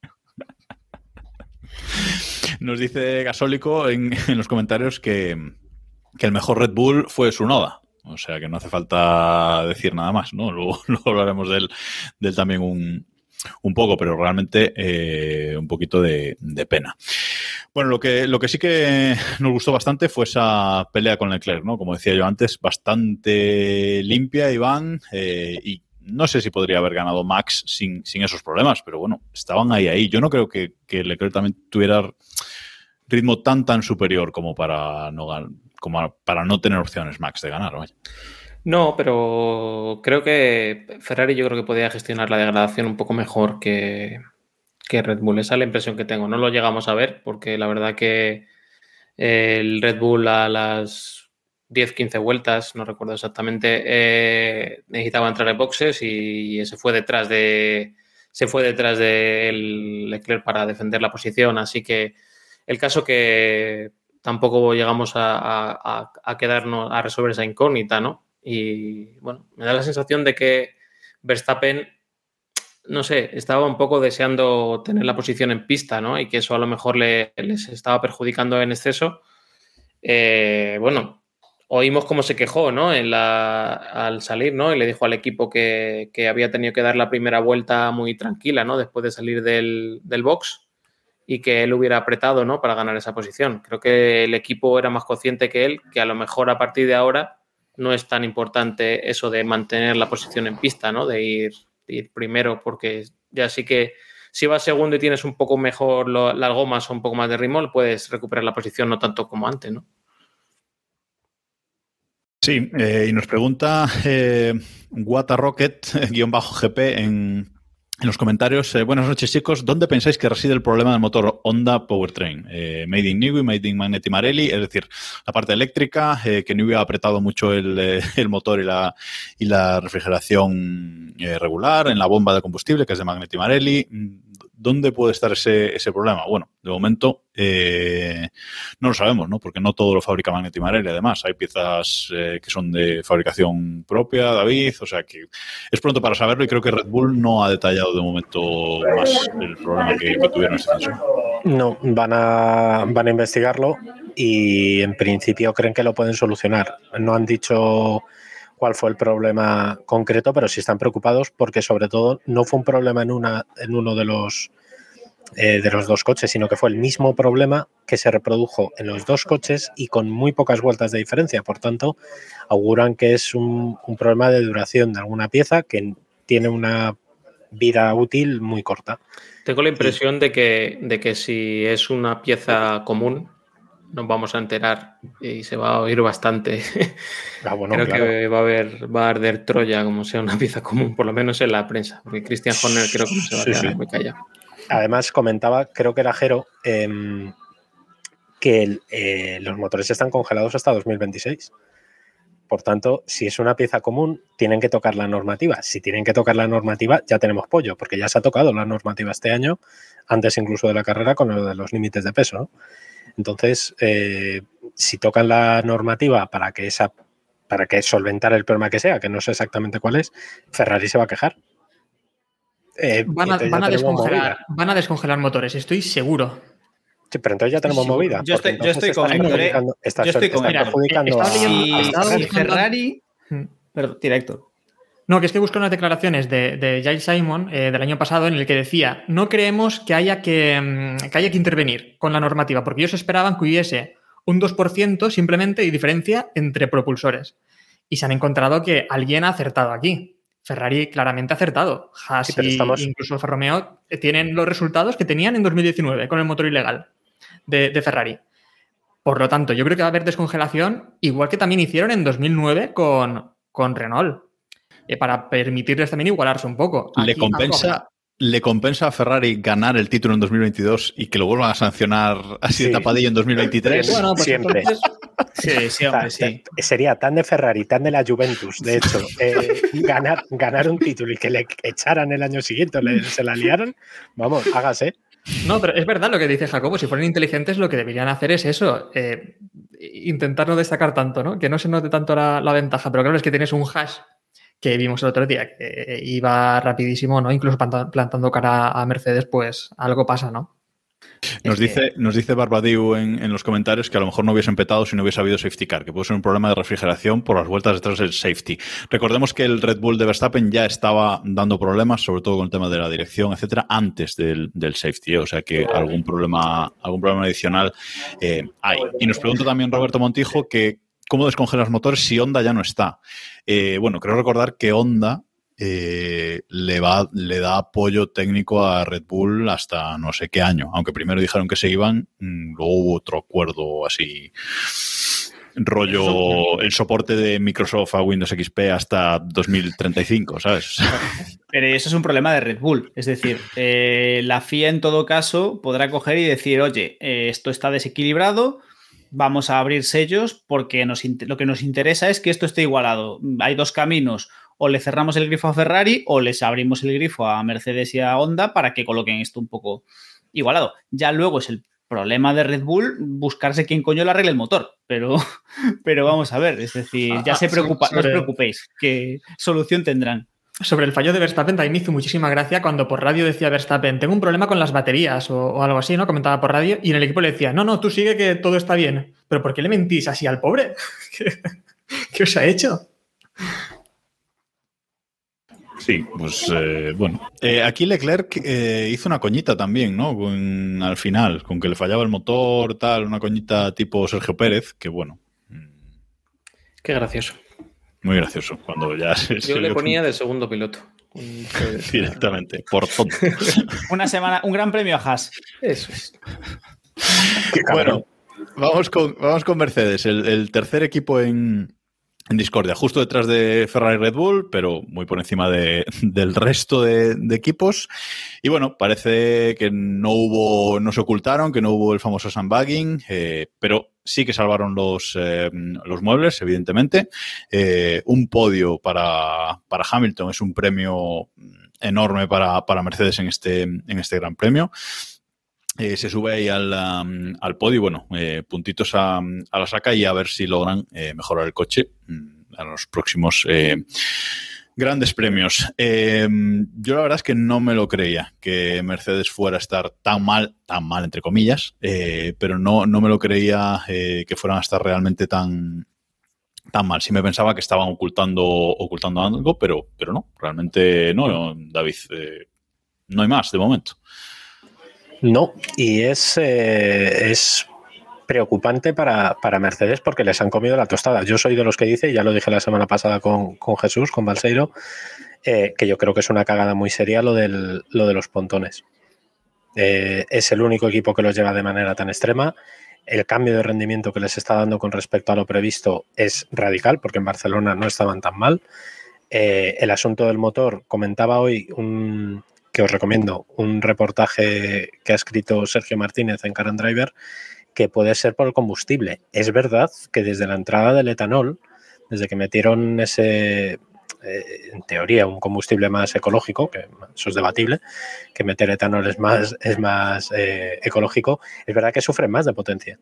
[SPEAKER 6] Nos dice Gasólico en los comentarios que el mejor Red Bull fue Tsunoda. O sea, que no hace falta decir nada más, ¿no? Luego hablaremos de él también un poco, pero realmente un poquito de pena. Bueno, lo que sí que nos gustó bastante fue esa pelea con Leclerc, ¿no? Como decía yo antes, bastante limpia, Iván, y no sé si podría haber ganado Max sin esos problemas, pero bueno, estaban ahí. Yo no creo que Leclerc también tuviera ritmo tan superior como para no tener opciones Max de ganar, ¿vale?
[SPEAKER 11] No, pero creo que Ferrari yo creo que podía gestionar la degradación un poco mejor que Red Bull. Esa es la impresión que tengo. No lo llegamos a ver porque la verdad que el Red Bull a las 10-15 vueltas, no recuerdo exactamente, necesitaba entrar en boxes y se fue detrás de Leclerc para defender la posición. Así que el caso que tampoco llegamos a quedarnos a resolver esa incógnita, ¿no? Y bueno, me da la sensación de que Verstappen, no sé, estaba un poco deseando tener la posición en pista, ¿no? Y que eso a lo mejor les estaba perjudicando en exceso. Bueno, oímos cómo se quejó, ¿no? Al salir, ¿no? Y le dijo al equipo que había tenido que dar la primera vuelta muy tranquila, ¿no? Después de salir del box, y que él hubiera apretado, ¿no? Para ganar esa posición. Creo que el equipo era más consciente que él, que a lo mejor a partir de ahora no es tan importante eso de mantener la posición en pista, ¿no? De ir primero, porque ya sí que si vas segundo y tienes un poco mejor las gomas o un poco más de ritmo, puedes recuperar la posición no tanto como antes, ¿no?
[SPEAKER 6] Sí, y nos pregunta Watarocket-GP en los comentarios. Buenas noches, chicos. ¿Dónde pensáis que reside el problema del motor Honda Powertrain? Made in Newey, Made in Magneti Marelli, es decir, la parte eléctrica, que Newey ha apretado mucho el motor y la refrigeración regular, en la bomba de combustible, que es de Magneti Marelli. ¿dónde puede estar ese problema? Bueno, de momento no lo sabemos, ¿no? Porque no todo lo fabrica Magneti Marelli. Además, hay piezas que son de fabricación propia, David, o sea que es pronto para saberlo y creo que Red Bull no ha detallado de momento más el problema que tuvieron en ese caso.
[SPEAKER 7] No, van a investigarlo y en principio creen que lo pueden solucionar. No han dicho cuál fue el problema concreto, pero sí están preocupados porque sobre todo no fue un problema en uno de los dos coches, sino que fue el mismo problema que se reprodujo en los dos coches y con muy pocas vueltas de diferencia. Por tanto, auguran que es un problema de duración de alguna pieza que tiene una vida útil muy corta.
[SPEAKER 11] Tengo la impresión de que si es una pieza común nos vamos a enterar y se va a oír bastante.
[SPEAKER 7] Bueno,
[SPEAKER 11] creo
[SPEAKER 7] claro.
[SPEAKER 11] que va a arder Troya como sea una pieza común, por lo menos en la prensa, porque Christian Horner creo que no se va a quedar muy callado.
[SPEAKER 7] Además comentaba, creo que era Jero, que los motores están congelados hasta 2026. Por tanto, si es una pieza común, tienen que tocar la normativa. Si tienen que tocar la normativa, ya tenemos pollo, porque ya se ha tocado la normativa este año, antes incluso de la carrera, con lo de los límites de peso, ¿no? Entonces, si tocan la normativa para que solventar el problema que sea, que no sé exactamente cuál es, Ferrari se va a quejar.
[SPEAKER 8] Van a descongelar motores, estoy seguro.
[SPEAKER 7] Sí, pero entonces ya tenemos movida.
[SPEAKER 9] Yo estoy con Héctor. Si Ferrari... Perdón, directo.
[SPEAKER 8] No, que es que busco unas declaraciones de Giles Simon del año pasado en el que decía: no creemos que haya que intervenir con la normativa, porque ellos esperaban que hubiese un 2% simplemente de diferencia entre propulsores. Y se han encontrado que alguien ha acertado aquí. Ferrari claramente ha acertado. Haas y incluso Alfa Romeo tienen los resultados que tenían en 2019 con el motor ilegal de Ferrari. Por lo tanto, yo creo que va a haber descongelación, igual que también hicieron en 2009 con Renault, para permitirles también igualarse un poco.
[SPEAKER 6] ¿Le compensa a Ferrari ganar el título en 2022 y que lo vuelvan a sancionar así de tapadillo en 2023?
[SPEAKER 7] Bueno, pues siempre. Entonces...
[SPEAKER 9] Sí, hombre, sí.
[SPEAKER 7] Sería tan de Ferrari, tan de la Juventus, de hecho, ganar un título y que le echaran el año siguiente, se la liaran, vamos, hágase.
[SPEAKER 8] No, pero es verdad lo que dice Jacobo. Si fueran inteligentes, lo que deberían hacer es eso, intentar no destacar tanto, ¿no? Que no se note tanto la ventaja. Pero claro, es que tienes un Haas que vimos el otro día, que iba rapidísimo, ¿no? Incluso plantando cara a Mercedes, pues algo pasa, ¿no?
[SPEAKER 6] Nos dice Barbadiu en los comentarios que a lo mejor no hubiese empetado si no hubiese habido safety car, que puede ser un problema de refrigeración por las vueltas detrás del safety. Recordemos que el Red Bull de Verstappen ya estaba dando problemas, sobre todo con el tema de la dirección, etcétera, antes del safety, o sea que algún problema adicional hay. Y nos pregunta también Roberto Montijo que ¿cómo descongelas motores si Honda ya no está? Bueno, creo recordar que Honda le da apoyo técnico a Red Bull hasta no sé qué año, aunque primero dijeron que se iban, luego hubo otro acuerdo así, rollo el soporte de Microsoft a Windows XP hasta 2035, ¿sabes?
[SPEAKER 9] Pero eso es un problema de Red Bull, es decir, la FIA en todo caso podrá coger y decir, oye, esto está desequilibrado, vamos a abrir sellos porque lo que nos interesa es que esto esté igualado. Hay dos caminos: o le cerramos el grifo a Ferrari o les abrimos el grifo a Mercedes y a Honda para que coloquen esto un poco igualado. Ya luego es el problema de Red Bull buscarse quién coño le arregle el motor, pero vamos a ver, es decir, ya no os preocupéis, que solución tendrán.
[SPEAKER 8] Sobre el fallo de Verstappen también me hizo muchísima gracia cuando por radio decía Verstappen, tengo un problema con las baterías o algo así, ¿no? Comentaba por radio y en el equipo le decía, no, tú sigue que todo está bien. ¿Pero por qué le mentís así al pobre? ¿Qué os ha hecho?
[SPEAKER 6] Sí, pues bueno. Aquí Leclerc hizo una coñita también, ¿no? Al final, con que le fallaba el motor, tal, una coñita tipo Sergio Pérez, que bueno.
[SPEAKER 11] Qué gracioso.
[SPEAKER 6] Muy gracioso. Cuando ya
[SPEAKER 11] Yo le ponía de segundo piloto.
[SPEAKER 6] Directamente, por tonto.
[SPEAKER 9] Una semana, un gran premio a Haas.
[SPEAKER 11] Eso es.
[SPEAKER 6] Bueno, vamos con Mercedes, el tercer equipo en discordia, justo detrás de Ferrari y Red Bull, pero muy por encima del resto de equipos. Y bueno, parece que no se ocultaron, que no hubo el famoso sandbagging, pero sí que salvaron los muebles, evidentemente. Un podio para Hamilton es un premio enorme para Mercedes en este Gran Premio. Se sube ahí al podio y bueno, puntitos a la saca y a ver si logran mejorar el coche a los próximos grandes premios. Yo la verdad es que no me lo creía que Mercedes fuera a estar tan mal entre comillas, pero no me lo creía que fueran a estar realmente tan mal. Sí me pensaba que estaban ocultando algo, pero no, realmente no, David. No hay más de momento.
[SPEAKER 7] No, y es preocupante para Mercedes porque les han comido la tostada. Yo soy de los que dice, ya lo dije la semana pasada con Jesús, con Balseiro, que yo creo que es una cagada muy seria lo de los pontones. Es el único equipo que los lleva de manera tan extrema. El cambio de rendimiento que les está dando con respecto a lo previsto es radical, porque en Barcelona no estaban tan mal. El asunto del motor, comentaba hoy que os recomiendo, un reportaje que ha escrito Sergio Martínez en Car and Driver, que puede ser por el combustible. Es verdad que desde la entrada del etanol, desde que metieron ese, en teoría, un combustible más ecológico, que eso es debatible, que meter etanol es más ecológico, es verdad que sufren más de potencia.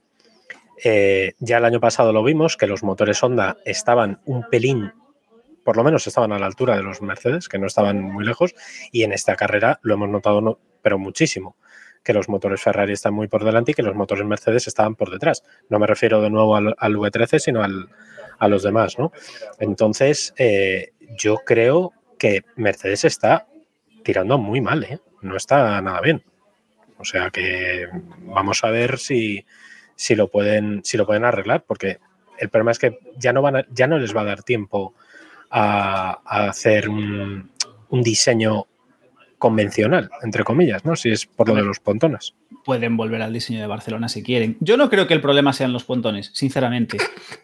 [SPEAKER 7] Ya el año pasado lo vimos, que los motores Honda estaban un pelín, por lo menos estaban a la altura de los Mercedes, que no estaban muy lejos, y en esta carrera lo hemos notado, pero muchísimo, que los motores Ferrari están muy por delante y que los motores Mercedes estaban por detrás. No me refiero de nuevo al V13, sino a los demás, ¿no? Entonces, yo creo que Mercedes está tirando muy mal, ¿eh? No está nada bien. O sea que vamos a ver si lo pueden arreglar, porque el problema es que ya no les va a dar tiempo a hacer un diseño convencional, entre comillas, ¿no? Si es por lo de los pontones.
[SPEAKER 9] Pueden volver al diseño de Barcelona si quieren. Yo no creo que el problema sean los pontones, sinceramente,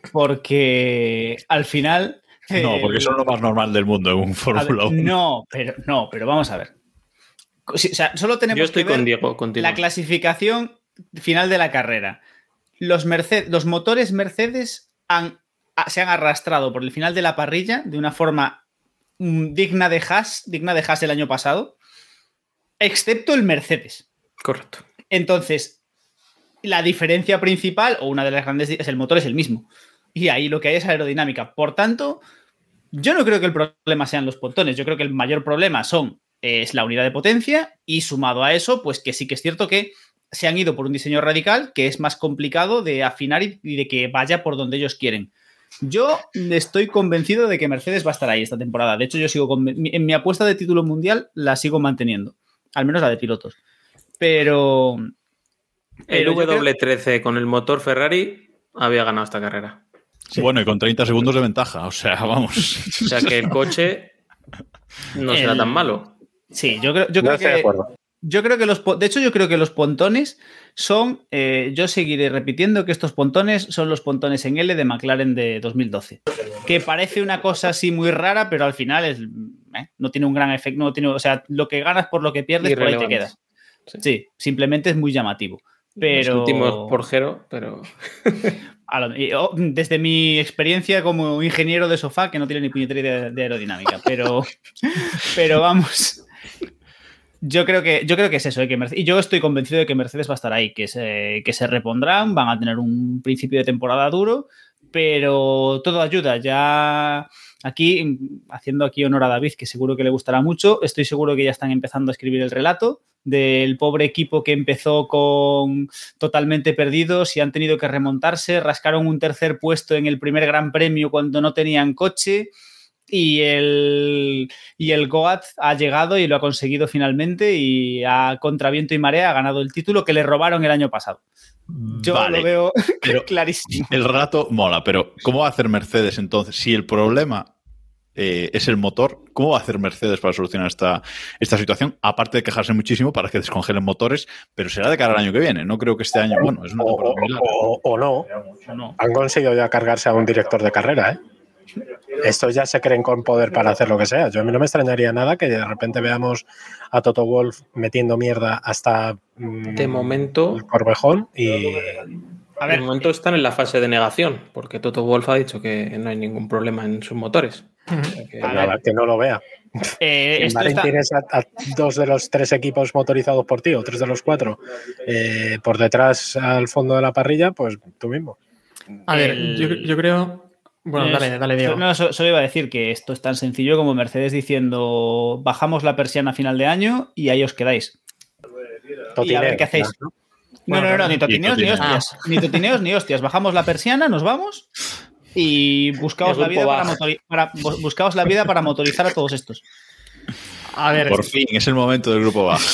[SPEAKER 9] porque al final...
[SPEAKER 6] No, porque son lo más normal del mundo en un Fórmula 1.
[SPEAKER 9] No, pero vamos a ver. O sea, solo tenemos
[SPEAKER 11] Yo estoy
[SPEAKER 9] que ver
[SPEAKER 11] con Diego,
[SPEAKER 9] la clasificación final de la carrera. Los motores Mercedes se han arrastrado por el final de la parrilla de una forma digna de Haas el año pasado, excepto el Mercedes.
[SPEAKER 11] Correcto.
[SPEAKER 9] Entonces, la diferencia principal, o una de las grandes, es el motor es el mismo. Y ahí lo que hay es aerodinámica. Por tanto, yo no creo que el problema sean los pontones. Yo creo que el mayor problema es la unidad de potencia, y sumado a eso, pues que sí que es cierto que se han ido por un diseño radical que es más complicado de afinar y de que vaya por donde ellos quieren. Yo estoy convencido de que Mercedes va a estar ahí esta temporada. De hecho, yo en mi apuesta de título mundial la sigo manteniendo. Al menos la de pilotos. Pero
[SPEAKER 11] el W13 con el motor Ferrari había ganado esta carrera.
[SPEAKER 6] Sí. Bueno, y con 30 segundos de ventaja. O sea, vamos.
[SPEAKER 11] O sea, que el coche no será tan malo.
[SPEAKER 9] Sí, yo creo que... De acuerdo. Yo creo que yo creo que los pontones son, yo seguiré repitiendo que estos pontones son los pontones en L de McLaren de 2012, que parece una cosa así muy rara, pero al final no tiene un gran efecto, o sea, lo que ganas por lo que pierdes, por ahí te quedas. Sí, simplemente es muy llamativo. Pero...
[SPEAKER 11] Los últimos por Jero, pero...
[SPEAKER 9] Desde mi experiencia como ingeniero de sofá, que no tiene ni puñetera idea de aerodinámica, pero vamos... Yo creo que es eso, y yo estoy convencido de que Mercedes va a estar ahí, que se repondrán, van a tener un principio de temporada duro, pero todo ayuda. Ya aquí, haciendo aquí honor a David, que seguro que le gustará mucho, estoy seguro que ya están empezando a escribir el relato del pobre equipo que empezó totalmente perdidos y han tenido que remontarse, rascaron un tercer puesto en el primer Gran Premio cuando no tenían coche. Y el Goat ha llegado y lo ha conseguido finalmente, y a contra viento y marea ha ganado el título que le robaron el año pasado. Yo lo veo clarísimo.
[SPEAKER 6] El relato mola, pero ¿cómo va a hacer Mercedes entonces? Si el problema es el motor, ¿cómo va a hacer Mercedes para solucionar esta situación? Aparte de quejarse muchísimo para que descongelen motores, pero será de cara al año que viene. No creo que este año, bueno, es una temporada muy larga.
[SPEAKER 7] O no. Han conseguido ya cargarse a un director de carrera, ¿eh? Estos ya se creen con poder para hacer lo que sea. Yo a mí no me extrañaría nada que de repente veamos a Toto Wolff metiendo mierda hasta
[SPEAKER 11] de momento
[SPEAKER 7] el Corvejón y...
[SPEAKER 11] De momento están en la fase de negación, porque Toto Wolff ha dicho que no hay ningún problema en sus motores.
[SPEAKER 7] Que no lo vea. En Bahrein tienes a 2 de los 3 equipos motorizados por ti, o 3 de los 4, por detrás al fondo de la parrilla, pues tú mismo.
[SPEAKER 8] A ver, yo creo... Bueno, dale, Diego.
[SPEAKER 9] No, solo iba a decir que esto es tan sencillo como Mercedes diciendo bajamos la persiana a final de año y ahí os quedáis. Y a ver qué hacéis. No, ni totineos ni hostias. Ni totineos ni hostias. Bajamos la persiana, nos vamos y buscaos la vida para motorizar a todos estos.
[SPEAKER 8] A ver,
[SPEAKER 6] por fin, es el momento del grupo bajo.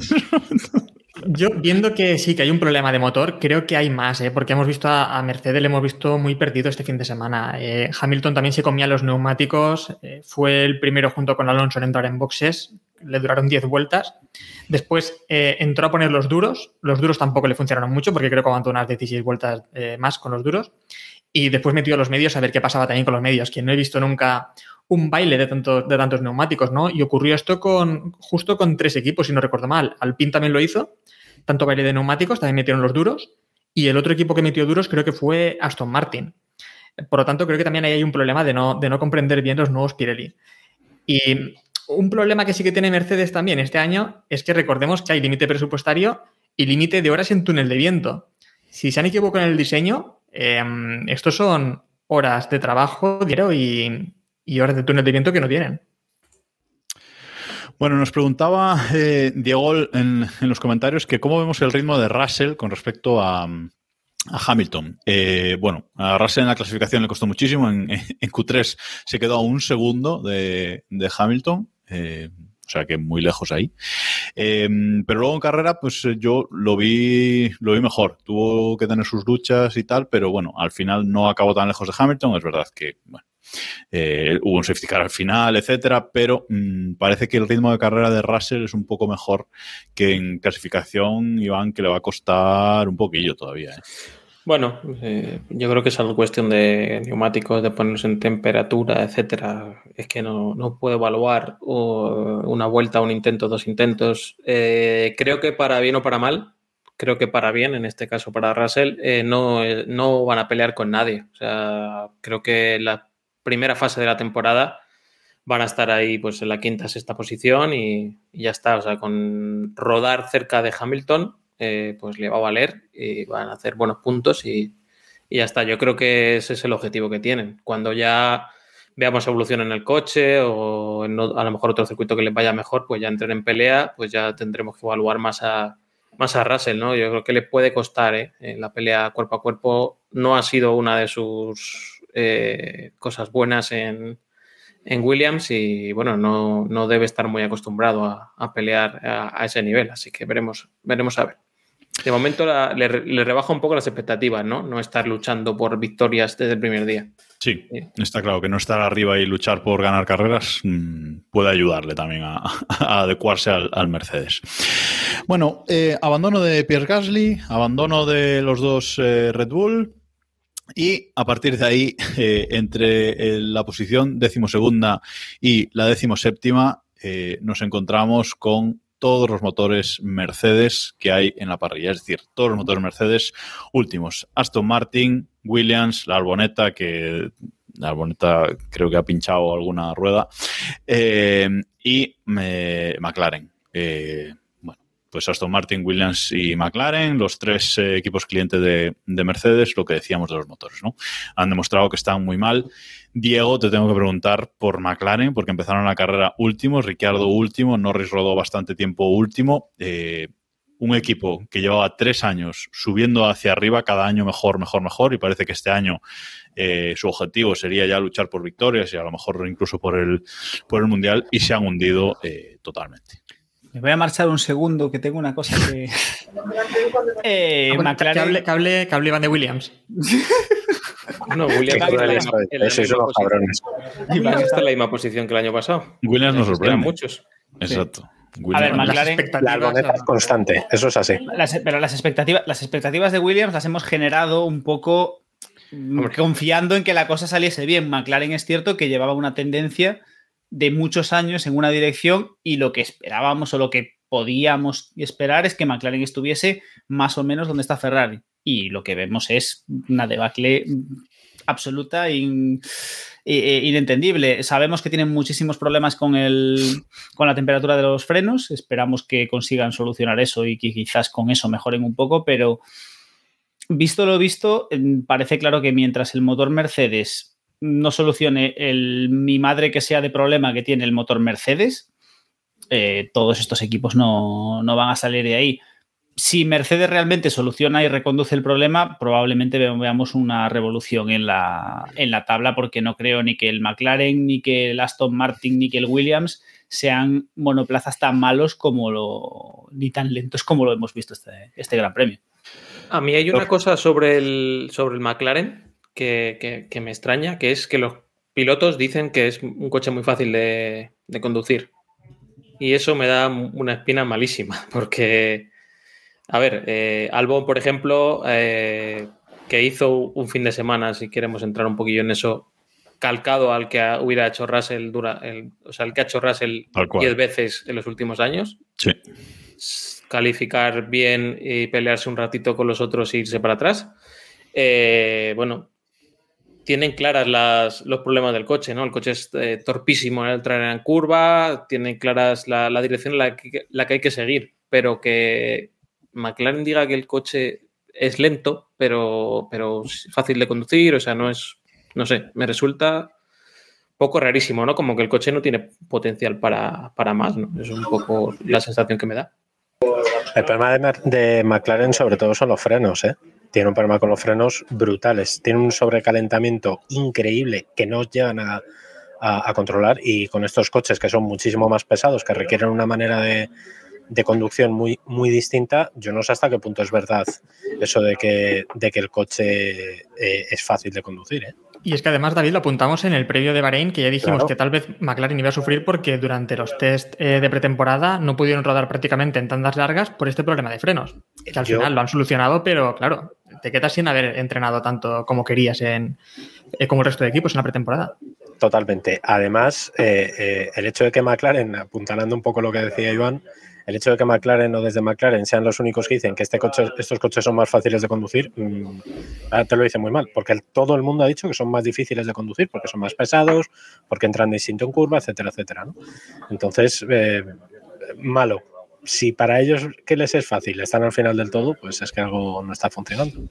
[SPEAKER 8] Yo, viendo que sí, que hay un problema de motor, creo que hay más, porque hemos visto a Mercedes, le hemos visto muy perdido este fin de semana. Hamilton también se comía los neumáticos, fue el primero junto con Alonso en entrar en boxes, le duraron 10 vueltas. Después entró a poner los duros tampoco le funcionaron mucho, porque creo que aguantó unas 16 vueltas más con los duros. Y después metió los medios a ver qué pasaba también con los medios, que no he visto nunca un baile de tantos neumáticos, ¿no? Y ocurrió esto justo con 3 equipos, si no recuerdo mal. Alpine también lo hizo, tanto baile de neumáticos, también metieron los duros, y el otro equipo que metió duros creo que fue Aston Martin. Por lo tanto, creo que también ahí hay un problema de no comprender bien los nuevos Pirelli. Y un problema que sí que tiene Mercedes también este año es que recordemos que hay límite presupuestario y límite de horas en túnel de viento. Si se han equivocado en el diseño, estos son horas de trabajo, dinero y horas de túnel de viento que no tienen.
[SPEAKER 6] Bueno, nos preguntaba Diego en los comentarios que cómo vemos el ritmo de Russell con respecto a Hamilton. Bueno, a Russell en la clasificación le costó muchísimo. En Q3 se quedó a 1 segundo de Hamilton. O sea que muy lejos ahí. Pero luego en carrera, pues yo lo vi mejor. Tuvo que tener sus luchas y tal, pero bueno, al final no acabó tan lejos de Hamilton. Es verdad que, bueno, hubo un safety car al final, etcétera, pero parece que el ritmo de carrera de Russell es un poco mejor que en clasificación, Iván, que le va a costar un poquillo todavía, ¿eh?
[SPEAKER 11] Bueno, yo creo que es algo cuestión de neumáticos, de ponerlos en temperatura, etcétera. Es que no puedo evaluar una vuelta, un intento, 2 intentos. Creo que para bien o para mal, creo que para bien, en este caso para Russell, no van a pelear con nadie. O sea, creo que la primera fase de la temporada van a estar ahí pues en la 5ª, 6ª posición y ya está. O sea, con rodar cerca de Hamilton, pues le va a valer y van a hacer buenos puntos y ya está. Yo creo que ese es el objetivo que tienen. Cuando ya veamos evolución en el coche o en a lo mejor otro circuito que les vaya mejor, pues ya entren en pelea, pues ya tendremos que evaluar más a Russell, ¿no? Yo creo que le puede costar, la pelea cuerpo a cuerpo no ha sido una de sus cosas buenas en Williams y bueno, no debe estar muy acostumbrado a pelear a ese nivel, así que veremos a ver. De momento le rebaja un poco las expectativas, ¿no? No estar luchando por victorias desde el primer día.
[SPEAKER 6] Sí, está claro que no estar arriba y luchar por ganar carreras puede ayudarle también a adecuarse al Mercedes. Bueno, abandono de Pierre Gasly, abandono de los 2 Red Bull y a partir de ahí, entre la posición 12ª y la 17ª, nos encontramos con todos los motores Mercedes que hay en la parrilla, es decir, todos los motores Mercedes últimos. Aston Martin, Williams, la Alboneta creo que ha pinchado alguna rueda, y McLaren. Bueno, pues Aston Martin, Williams y McLaren, los 3 equipos clientes de Mercedes, lo que decíamos de los motores, ¿no? Han demostrado que están muy mal. Diego, te tengo que preguntar por McLaren, porque empezaron la carrera últimos, Ricciardo último, Norris rodó bastante tiempo último. Un equipo que llevaba 3 años subiendo hacia arriba, cada año mejor, y parece que este año su objetivo sería ya luchar por victorias y a lo mejor incluso por el Mundial, y se han hundido totalmente.
[SPEAKER 9] Me voy a marchar un segundo, que tengo una cosa que... McLaren...
[SPEAKER 8] Que hable Iván de Williams.
[SPEAKER 11] No, Williams está en la misma posición que el año pasado.
[SPEAKER 6] Williams nos sorprende.
[SPEAKER 11] Eran muchos.
[SPEAKER 6] Exacto.
[SPEAKER 11] Sí.
[SPEAKER 9] A ver, McLaren,
[SPEAKER 7] la Alboneta es constante, eso es así.
[SPEAKER 9] Pero las expectativas de Williams las hemos generado un poco confiando en que la cosa saliese bien. McLaren es cierto que llevaba una tendencia de muchos años en una dirección y lo que esperábamos o lo que podíamos esperar es que McLaren estuviese más o menos donde está Ferrari. Y lo que vemos es una debacle absoluta inentendible. Sabemos que tienen muchísimos problemas con la temperatura de los frenos. Esperamos que consigan solucionar eso y que quizás con eso mejoren un poco, pero visto lo visto, parece claro que mientras el motor Mercedes no solucione mi madre que sea de problema que tiene el motor Mercedes, todos estos equipos no van a salir de ahí. Si Mercedes realmente soluciona y reconduce el problema, probablemente veamos una revolución en la tabla, porque no creo ni que el McLaren, ni que el Aston Martin, ni que el Williams sean monoplazas tan malos ni tan lentos como lo hemos visto este Gran Premio.
[SPEAKER 11] A mí hay una cosa sobre el McLaren que me extraña, que es que los pilotos dicen que es un coche muy fácil de conducir. Y eso me da una espina malísima, porque... A ver, Albon, por ejemplo, que hizo un fin de semana, si queremos entrar un poquillo en eso, calcado al que hubiera hecho Russell, el que ha hecho Russell 10 veces en los últimos años.
[SPEAKER 6] Sí.
[SPEAKER 11] Calificar bien y pelearse un ratito con los otros e irse para atrás. Bueno, tienen claras los problemas del coche, ¿no? El coche es torpísimo en entrar en curva, tienen claras la dirección en la que hay que seguir, pero que McLaren diga que el coche es lento, pero es fácil de conducir, o sea, no sé, me resulta poco rarísimo, ¿no? Como que el coche no tiene potencial para más, ¿no? Es un poco la sensación que me da.
[SPEAKER 7] El problema de McLaren sobre todo son los frenos, ¿eh? Tiene un problema con los frenos brutales, tiene un sobrecalentamiento increíble que no llegan a controlar, y con estos coches que son muchísimo más pesados, que requieren una manera de conducción muy, muy distinta, yo no sé hasta qué punto es verdad eso de que el coche es fácil de conducir, ¿eh?
[SPEAKER 8] Y es que además, David, lo apuntamos en el previo de Bahrein, que ya dijimos que tal vez McLaren iba a sufrir porque durante los test de pretemporada no pudieron rodar prácticamente en tandas largas por este problema de frenos. Que al final lo han solucionado, pero claro, te quedas sin haber entrenado tanto como querías como el resto de equipos en la pretemporada.
[SPEAKER 7] Totalmente. Además, el hecho de que McLaren, apuntalando un poco lo que decía Iván, el hecho de que McLaren o desde McLaren sean los únicos que dicen que estos coches son más fáciles de conducir, te lo dicen muy mal, porque todo el mundo ha dicho que son más difíciles de conducir, porque son más pesados, porque entran distinto en curva, etcétera, etcétera, ¿no? Entonces, malo. Si para ellos que les es fácil están al final del todo, pues es que algo no está funcionando.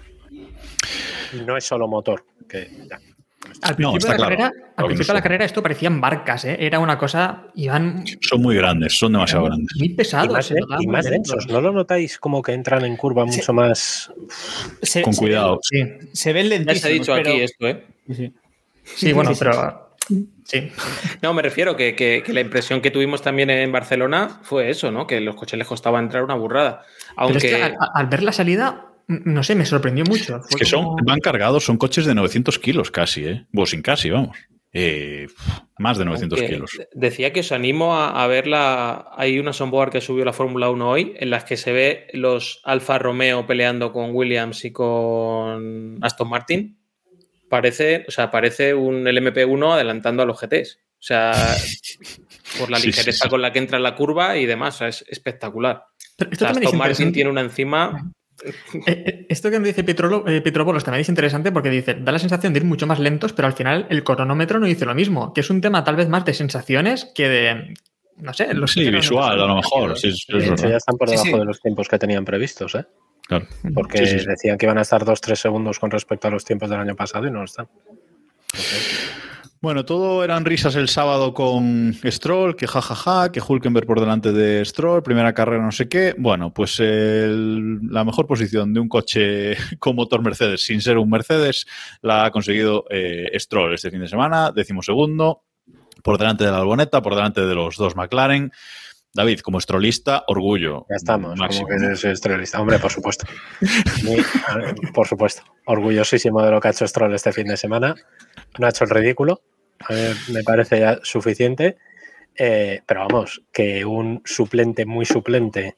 [SPEAKER 7] No es solo motor, que ya.
[SPEAKER 8] Al principio, de la carrera esto parecían barcas, ¿eh? Era una cosa...
[SPEAKER 6] Son muy grandes, son demasiado grandes.
[SPEAKER 8] Muy pesados.
[SPEAKER 7] Y más densos. ¿No lo notáis como que entran en curva mucho más...
[SPEAKER 6] Con cuidado.
[SPEAKER 9] Se ven lentísimos.
[SPEAKER 11] Ya se ha dicho aquí esto, ¿eh?
[SPEAKER 8] Sí, bueno, pero... Sí.
[SPEAKER 11] No, me refiero que la impresión que tuvimos también en Barcelona fue eso, ¿no? Que los coches les costaba entrar una burrada. Aunque...
[SPEAKER 8] Pero es que al ver la salida... No sé, me sorprendió mucho.
[SPEAKER 6] Es que van cargados, son coches de 900 kilos casi, ¿eh? Bueno, sin casi, vamos. Más de 900 kilos.
[SPEAKER 11] Decía que os animo a verla. Hay una onboard que subió la Fórmula 1 hoy, en las que se ve los Alfa Romeo peleando con Williams y con Aston Martin. Parece el MP1 adelantando a los GTs. O sea, por la ligereza con la que entra en la curva y demás. O sea, es espectacular. Aston Martin tiene una encima...
[SPEAKER 8] Esto que me dice Petrobolos también es interesante, porque dice, da la sensación de ir mucho más lentos, pero al final el cronómetro no dice lo mismo, que es un tema tal vez más de sensaciones que de, no sé,
[SPEAKER 6] visual a lo mejor.
[SPEAKER 7] Sí, ya están por debajo de los tiempos que tenían previstos, ¿eh? Claro. Porque decían que iban a estar 2-3 segundos con respecto a los tiempos del año pasado y no lo están.
[SPEAKER 6] Bueno, todo eran risas el sábado con Stroll, que jajaja, que Hülkenberg por delante de Stroll, primera carrera no sé qué. Bueno, pues la mejor posición de un coche con motor Mercedes sin ser un Mercedes la ha conseguido Stroll este fin de semana, 12º, por delante de la Alboneta, por delante de los dos McLaren. David, como strollista, orgullo.
[SPEAKER 7] Ya estamos, máximo. Como que soy strollista. Hombre, por supuesto. Por supuesto. Orgullosísimo de lo que ha hecho Stroll este fin de semana. No ha hecho el ridículo. A mí me parece ya suficiente. Pero vamos, que un suplente muy suplente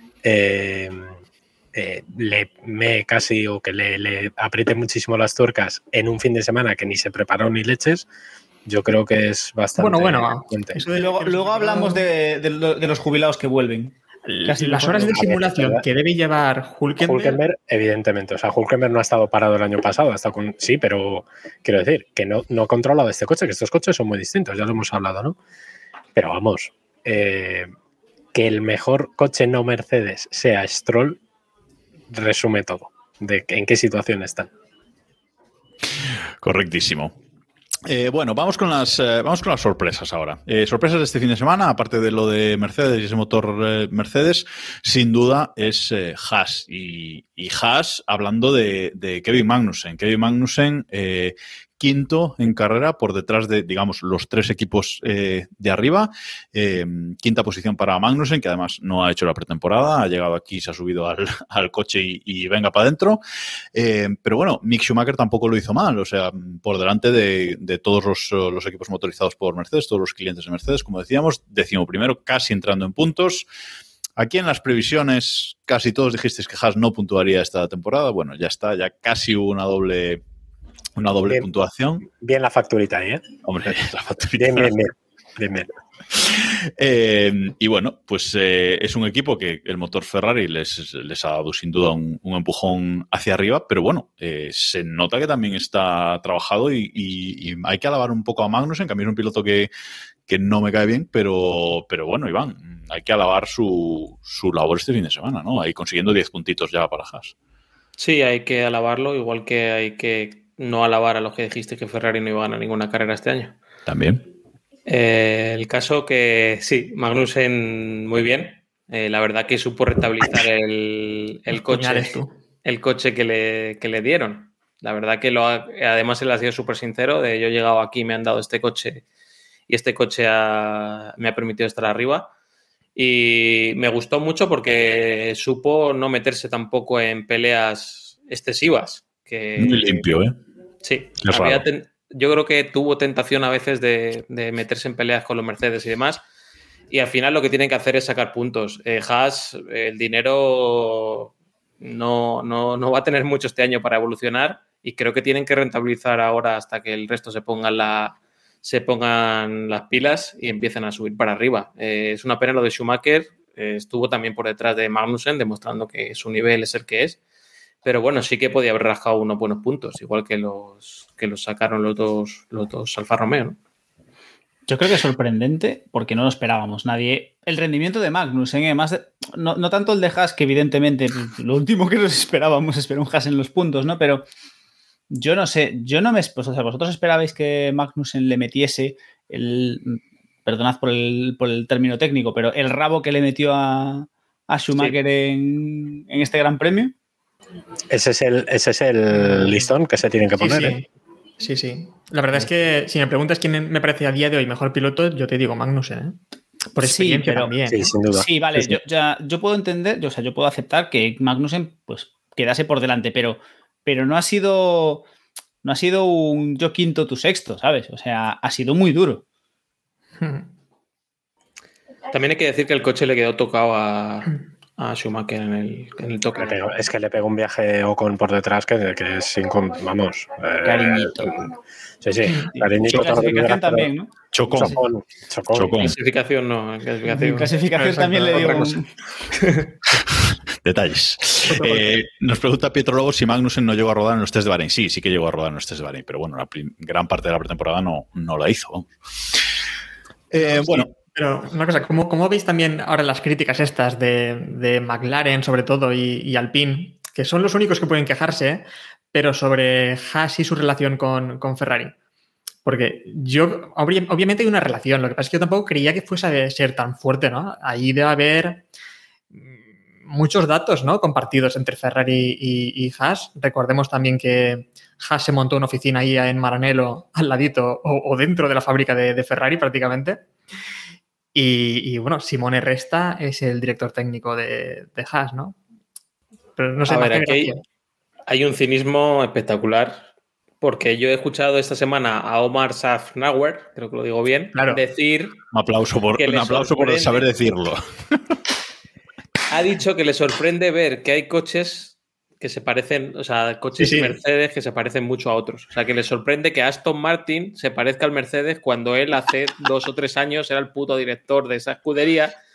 [SPEAKER 7] le apriete muchísimo las tuercas en un fin de semana que ni se preparó ni leches. Yo creo que es bastante...
[SPEAKER 8] Bueno.
[SPEAKER 9] Luego hablamos de los jubilados que vuelven.
[SPEAKER 8] las horas de simulación que debe llevar
[SPEAKER 7] Hülkenberg, evidentemente. O sea, Hülkenberg no ha estado parado el año pasado. Sí, pero quiero decir que no ha controlado este coche, que estos coches son muy distintos, ya lo hemos hablado, ¿no? Pero vamos, que el mejor coche no Mercedes sea Stroll, resume todo. De en qué situación están.
[SPEAKER 6] Correctísimo. Bueno, vamos con las sorpresas ahora. Sorpresas de este fin de semana, aparte de lo de Mercedes y ese motor Mercedes, sin duda es Haas. Y Haas hablando de Kevin Magnussen. Kevin Magnussen, quinto en carrera por detrás de, digamos, los tres equipos de arriba. Quinta posición para Magnussen, que además no ha hecho la pretemporada, ha llegado aquí, se ha subido al coche y venga para adentro. Pero bueno, Mick Schumacher tampoco lo hizo mal, o sea, por delante de todos los equipos motorizados por Mercedes, todos los clientes de Mercedes, como decíamos, 11º, casi entrando en puntos. Aquí en las previsiones casi todos dijisteis que Haas no puntuaría esta temporada. Bueno, ya está, ya casi hubo una doble bien, puntuación.
[SPEAKER 7] Bien la facturita ahí, ¿eh?
[SPEAKER 6] Hombre, la facturita.
[SPEAKER 7] Bien.
[SPEAKER 6] Y bueno, pues es un equipo que el motor Ferrari les ha dado sin duda un empujón hacia arriba, pero bueno, se nota que también está trabajado y hay que alabar un poco a Magnussen, que a mí es un piloto que no me cae bien, pero bueno, Iván, hay que alabar su labor este fin de semana, ¿no? Ahí consiguiendo 10 puntitos ya para Haas.
[SPEAKER 11] Sí, hay que alabarlo, igual que hay que no alabar a los que dijiste que Ferrari no iba a ganar ninguna carrera este año.
[SPEAKER 6] También.
[SPEAKER 11] El caso que sí, Magnussen muy bien. La verdad que supo rentabilizar el coche que le dieron. La verdad que además él ha sido súper sincero de yo he llegado aquí, me han dado este coche y este coche me ha permitido estar arriba. Y me gustó mucho porque supo no meterse tampoco en peleas excesivas.
[SPEAKER 6] Muy limpio, ¿eh?
[SPEAKER 11] Sí, yo creo que tuvo tentación a veces de meterse en peleas con los Mercedes y demás, y al final lo que tienen que hacer es sacar puntos. Haas, el dinero no va a tener mucho este año para evolucionar, y creo que tienen que rentabilizar ahora hasta que el resto se pongan las pilas y empiecen a subir para arriba. Es una pena lo de Schumacher, estuvo también por detrás de Magnussen, demostrando que su nivel es el que es. Pero bueno, sí que podía haber rascado unos buenos puntos, igual que los sacaron los dos Alfa Romeo, ¿no?
[SPEAKER 9] Yo creo que es sorprendente porque no lo esperábamos nadie. El rendimiento de Magnussen, además, no tanto el de Haas, que evidentemente lo último que nos esperábamos es ver un Haas en los puntos, ¿no? Pero yo no sé, pues, o sea, vosotros esperabais que Magnussen le metiese perdonad por el término técnico, pero el rabo que le metió a Schumacher en este Gran Premio.
[SPEAKER 7] Ese es el listón que se tienen que poner.
[SPEAKER 8] Sí. La verdad es que si me preguntas quién me parece a día de hoy mejor piloto, yo te digo Magnussen, ¿eh? Por experiencia también.
[SPEAKER 7] Sí, sin duda.
[SPEAKER 9] Sí, vale. Sí. Yo puedo entender, yo puedo aceptar que Magnussen pues quedase por delante, pero no ha sido un yo quinto, tú sexto, ¿sabes? O sea, ha sido muy duro.
[SPEAKER 11] También hay que decir que el coche le quedó tocado a Schumacher en el toque.
[SPEAKER 7] Es que le pegó un viaje Ocon por detrás que es sin... Vamos.
[SPEAKER 9] Cariñito.
[SPEAKER 7] Sí. Cariñito.
[SPEAKER 9] Clasificación también, ¿no?
[SPEAKER 7] Chocón.
[SPEAKER 11] Clasificación no.
[SPEAKER 9] En clasificación también le dio un...
[SPEAKER 6] Detalles. Nos pregunta Pietro Lobo si Magnussen no llegó a rodar en los test de Bahrein. Sí que llegó a rodar en los test de Bahrein, pero bueno, gran parte de la pretemporada no la hizo. Bueno.
[SPEAKER 8] Pero una cosa, ¿cómo veis también ahora las críticas estas de McLaren, sobre todo, y Alpine, que son los únicos que pueden quejarse, pero sobre Haas y su relación con Ferrari? Porque obviamente hay una relación, lo que pasa es que yo tampoco creía que fuese a ser tan fuerte, ¿no? Ahí debe haber muchos datos, ¿no?, compartidos entre Ferrari y Haas. Recordemos también que Haas se montó una oficina ahí en Maranello, al ladito, o dentro de la fábrica de Ferrari prácticamente. Y bueno, Simone Resta es el director técnico de Haas, ¿no? Pero no sé.
[SPEAKER 11] A ver, aquí hay un cinismo espectacular, porque yo he escuchado esta semana a Omar Safnauer, creo que lo digo bien, decir...
[SPEAKER 6] Un aplauso por saber decirlo.
[SPEAKER 11] Ha dicho que le sorprende ver que hay coches que se parecen, o sea, coches Mercedes que se parecen mucho a otros. O sea, que le sorprende que Aston Martin se parezca al Mercedes cuando él hace 2 o 3 años era el puto director de esa escudería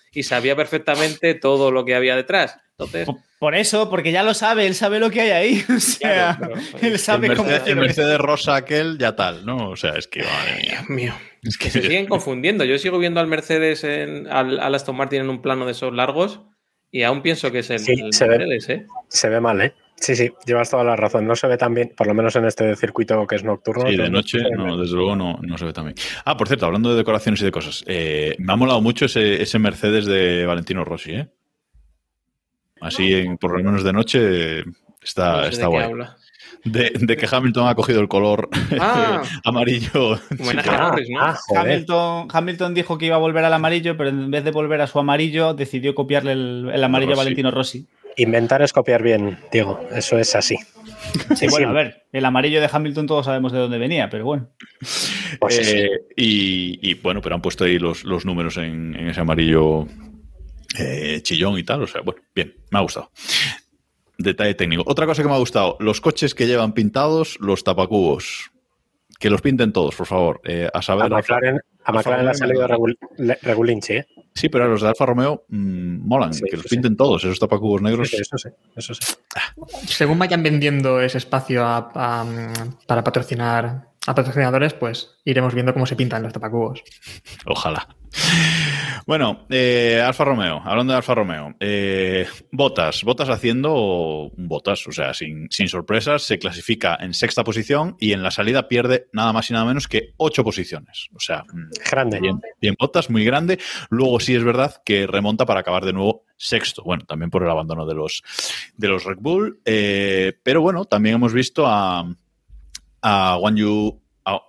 [SPEAKER 11] y sabía perfectamente todo lo que había detrás. Entonces,
[SPEAKER 9] por eso, porque ya lo sabe, él sabe lo que hay ahí. O sea,
[SPEAKER 11] claro,
[SPEAKER 9] él sabe cómo
[SPEAKER 6] el Mercedes rosa aquel ya tal, ¿no? O sea, es que, madre mía.
[SPEAKER 11] Dios mío. Es que se siguen confundiendo. Yo sigo viendo al Mercedes, al Aston Martin en un plano de esos largos y aún pienso que es el Mercedes, ¿eh?
[SPEAKER 7] Se ve mal, ¿eh? Sí, llevas toda la razón. No se ve tan bien, por lo menos en este circuito que es nocturno.
[SPEAKER 6] Sí, de noche, no, desde luego no se ve tan bien. Ah, por cierto, hablando de decoraciones y de cosas, me ha molado mucho ese Mercedes de Valentino Rossi, ¿eh? Así, por lo menos de noche, está guay. De que Hamilton ha cogido el color amarillo.
[SPEAKER 11] Homenaje a Norris, ¿no?
[SPEAKER 9] Hamilton dijo que iba a volver al amarillo, pero en vez de volver a su amarillo, decidió copiarle el amarillo a Valentino Rossi.
[SPEAKER 7] Inventar es copiar bien, Diego. Eso es así.
[SPEAKER 9] Sí, bueno, a ver, el amarillo de Hamilton todos sabemos de dónde venía, pero bueno.
[SPEAKER 7] Pues
[SPEAKER 6] y bueno, pero han puesto ahí los números en ese amarillo chillón y tal. O sea, bueno, bien, me ha gustado. Detalle técnico. Otra cosa que me ha gustado, los coches que llevan pintados los tapacubos. Que los pinten todos, por favor. A saber,
[SPEAKER 7] a McLaren le ha salido regulinchi, ¿eh?
[SPEAKER 6] Sí, pero a los de Alfa Romeo molan, que los pinten todos, esos tapacubos negros.
[SPEAKER 7] Eso sí.
[SPEAKER 8] Según vayan vendiendo ese espacio para patrocinar a patrocinadores, pues iremos viendo cómo se pintan los tapacubos.
[SPEAKER 6] Ojalá. Bueno, Alfa Romeo, hablando de Alfa Romeo, Bottas haciendo Bottas, o sea, sin sorpresas, se clasifica en 6ª posición y en la salida pierde nada más y nada menos que 8 posiciones. O sea,
[SPEAKER 7] grande.
[SPEAKER 6] Bien Bottas, muy grande. Luego sí es verdad que remonta para acabar de nuevo 6º. Bueno, también por el abandono de los Red Bull. Pero bueno, también hemos visto a Guan Yu,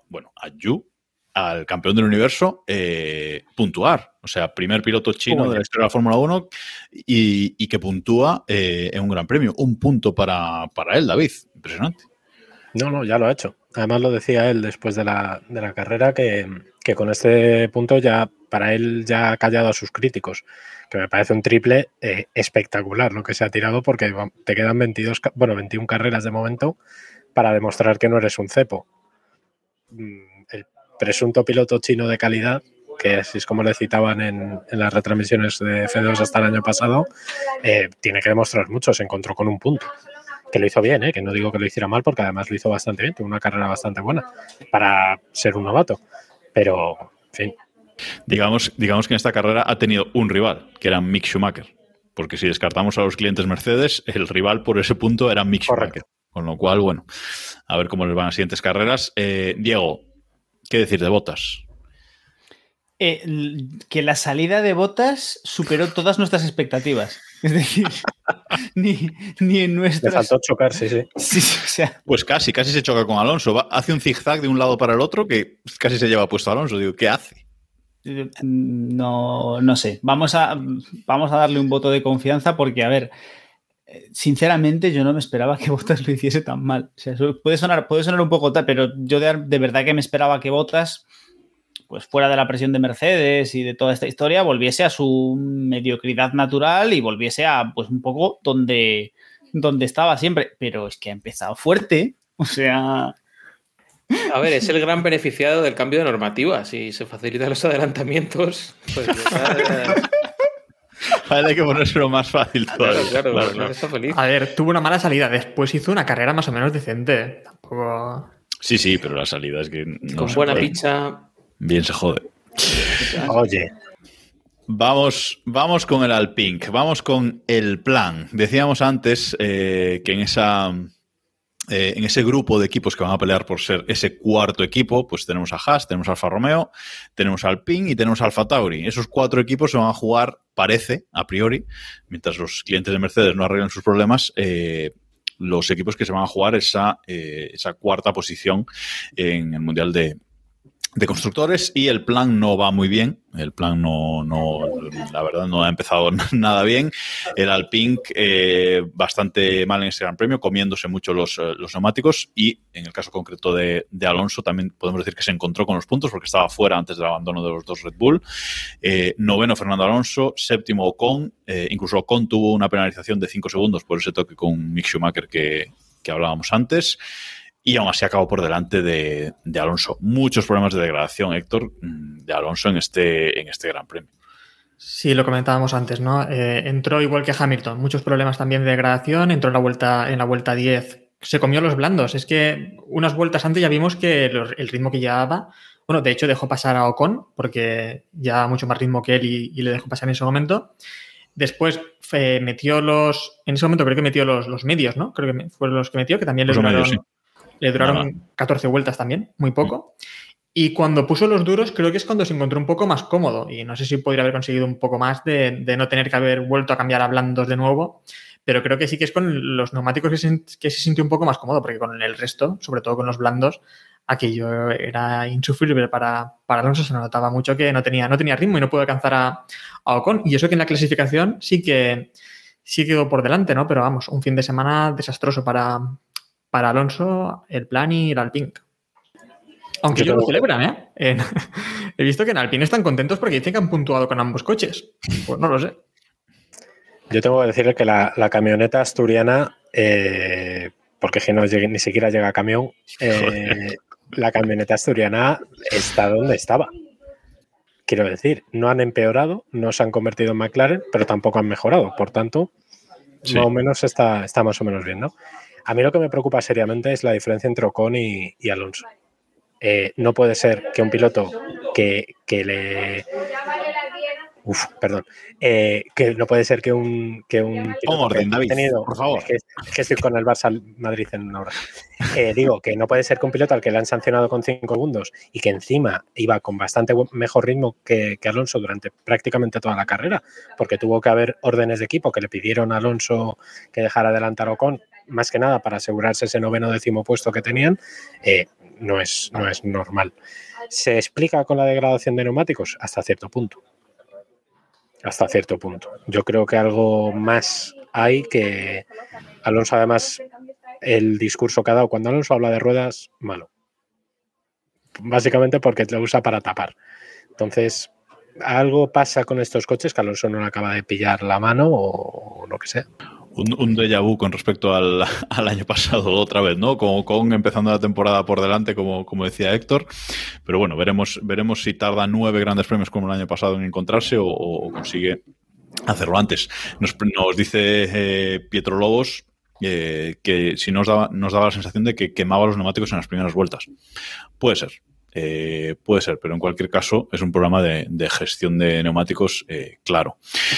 [SPEAKER 6] al campeón del universo, puntuar. O sea, primer piloto chino de la historia de la Fórmula 1 y que puntúa en un gran premio. Un punto para él, David. Impresionante.
[SPEAKER 7] No, ya lo ha hecho. Además lo decía él después de la carrera que con este punto ya para él ya ha callado a sus críticos. Que me parece un triple espectacular lo que se ha tirado porque te quedan 21 carreras de momento para demostrar que no eres un cepo. El presunto piloto chino de calidad, que así es como le citaban en las retransmisiones de F2 hasta el año pasado, tiene que demostrar mucho. Se encontró con un punto, que lo hizo bien, que no digo que lo hiciera mal, porque además lo hizo bastante bien, tuvo una carrera bastante buena para ser un novato, pero en fin.
[SPEAKER 6] Digamos que en esta carrera ha tenido un rival, que era Mick Schumacher, porque si descartamos a los clientes Mercedes, el rival por ese punto era Mick Schumacher. Con lo cual, bueno, a ver cómo les van las siguientes carreras. Diego, ¿qué decir de Bottas?
[SPEAKER 9] Que la salida de Bottas superó todas nuestras expectativas. Es decir, ni en nuestras...
[SPEAKER 7] Le faltó chocar, sí.
[SPEAKER 9] Sí, o sea...
[SPEAKER 6] Pues casi se choca con Alonso. Hace un zigzag de un lado para el otro que casi se lleva puesto a Alonso. Digo, ¿qué hace?
[SPEAKER 9] No sé. Vamos a darle un voto de confianza porque, a ver, sinceramente yo no me esperaba que Bottas lo hiciese tan mal. O sea, puede sonar un poco tal, pero yo de verdad que me esperaba que Bottas, pues fuera de la presión de Mercedes y de toda esta historia, volviese a su mediocridad natural y volviese a, pues, un poco donde estaba siempre. Pero es que ha empezado fuerte. O sea...
[SPEAKER 11] A ver, es el gran beneficiado del cambio de normativa. Si se facilitan los adelantamientos, pues...
[SPEAKER 6] Hay que ponérselo más fácil todavía.
[SPEAKER 11] Claro. Está feliz.
[SPEAKER 8] A ver, tuvo una mala salida. Después hizo una carrera más o menos decente. Tampoco...
[SPEAKER 6] Sí, pero la salida es que...
[SPEAKER 11] No con buena picha...
[SPEAKER 6] Bien se jode.
[SPEAKER 7] Oye.
[SPEAKER 6] Vamos con el Alpine. Vamos con el plan. Decíamos antes que en ese grupo de equipos que van a pelear por ser ese cuarto equipo, pues tenemos a Haas, tenemos a Alfa Romeo, tenemos a Alpine y tenemos a Alfa Tauri. Esos 4 equipos se van a jugar, parece, a priori, mientras los clientes de Mercedes no arreglen sus problemas, los equipos que se van a jugar esa cuarta posición en el Mundial de constructores, y el plan no va muy bien. El plan no la verdad no ha empezado nada bien. El Alpine bastante mal en este Gran Premio, comiéndose mucho los neumáticos, y en el caso concreto de Alonso también podemos decir que se encontró con los puntos porque estaba fuera antes del abandono de los 2 Red Bull. 9º Fernando Alonso, 7º Ocon, incluso Ocon tuvo una penalización de 5 segundos por ese toque con Mick Schumacher que hablábamos antes. Y aún así acabó por delante de Alonso. Muchos problemas de degradación, Héctor, de Alonso en este Gran Premio.
[SPEAKER 8] Sí, lo comentábamos antes, ¿no? Entró igual que Hamilton, muchos problemas también de degradación, entró en la vuelta 10, se comió los blandos. Es que unas vueltas antes ya vimos que el ritmo que llevaba, bueno, de hecho dejó pasar a Ocon porque ya mucho más ritmo que él y le dejó pasar en ese momento. Después metió en ese momento creo que metió los medios, ¿no? Creo que fueron los que metió, que también le duraron 14 vueltas también, muy poco. Y cuando puso los duros, creo que es cuando se encontró un poco más cómodo. Y no sé si podría haber conseguido un poco más de no tener que haber vuelto a cambiar a blandos de nuevo. Pero creo que sí que es con los neumáticos que se sintió un poco más cómodo, porque con el resto, sobre todo con los blandos, aquello era insufrible para Alonso. Se notaba mucho que no tenía ritmo y no pudo alcanzar a Ocon. Y eso que en la clasificación sí quedó por delante, ¿no? Pero vamos, un fin de semana desastroso para Alonso, el plan y el Alpine. Aunque ellos lo celebran, ¿eh? He visto que en Alpine están contentos porque dicen que han puntuado con ambos coches. Pues no lo sé.
[SPEAKER 7] Yo tengo que decirle que la camioneta asturiana, porque si no ni siquiera llega a camión, la camioneta asturiana está donde estaba. Quiero decir, no han empeorado, no se han convertido en McLaren, pero tampoco han mejorado. Por tanto, más o menos está más o menos bien, ¿no? A mí lo que me preocupa seriamente es la diferencia entre Ocon y Alonso. No puede ser que un piloto que no puede ser que un piloto
[SPEAKER 6] orden, David,
[SPEAKER 7] tenido,
[SPEAKER 6] por favor.
[SPEAKER 7] Es que estoy con el Barça Madrid en una hora. Digo que no puede ser que un piloto al que le han sancionado con 5 segundos y que encima iba con bastante mejor ritmo que Alonso durante prácticamente toda la carrera, porque tuvo que haber órdenes de equipo que le pidieron a Alonso que dejara adelantar a Ocon, más que nada para asegurarse ese 9º, 10º puesto que tenían. No es normal. ¿Se explica con la degradación de neumáticos? Hasta cierto punto. Yo creo que algo más hay, que Alonso, además, el discurso que ha dado cuando Alonso habla de ruedas, malo. Básicamente porque lo usa para tapar. Entonces, algo pasa con estos coches que Alonso no le acaba de pillar la mano o lo que sea.
[SPEAKER 6] Un déjà vu con respecto al año pasado otra vez, ¿no? Con empezando la temporada por delante, como decía Héctor. Pero bueno, veremos si tarda 9 grandes premios como el año pasado en encontrarse o consigue hacerlo antes. Nos dice Pietro Lobos que si nos daba la sensación de que quemaba los neumáticos en las primeras vueltas. Puede ser, pero en cualquier caso es un programa de gestión de neumáticos claro.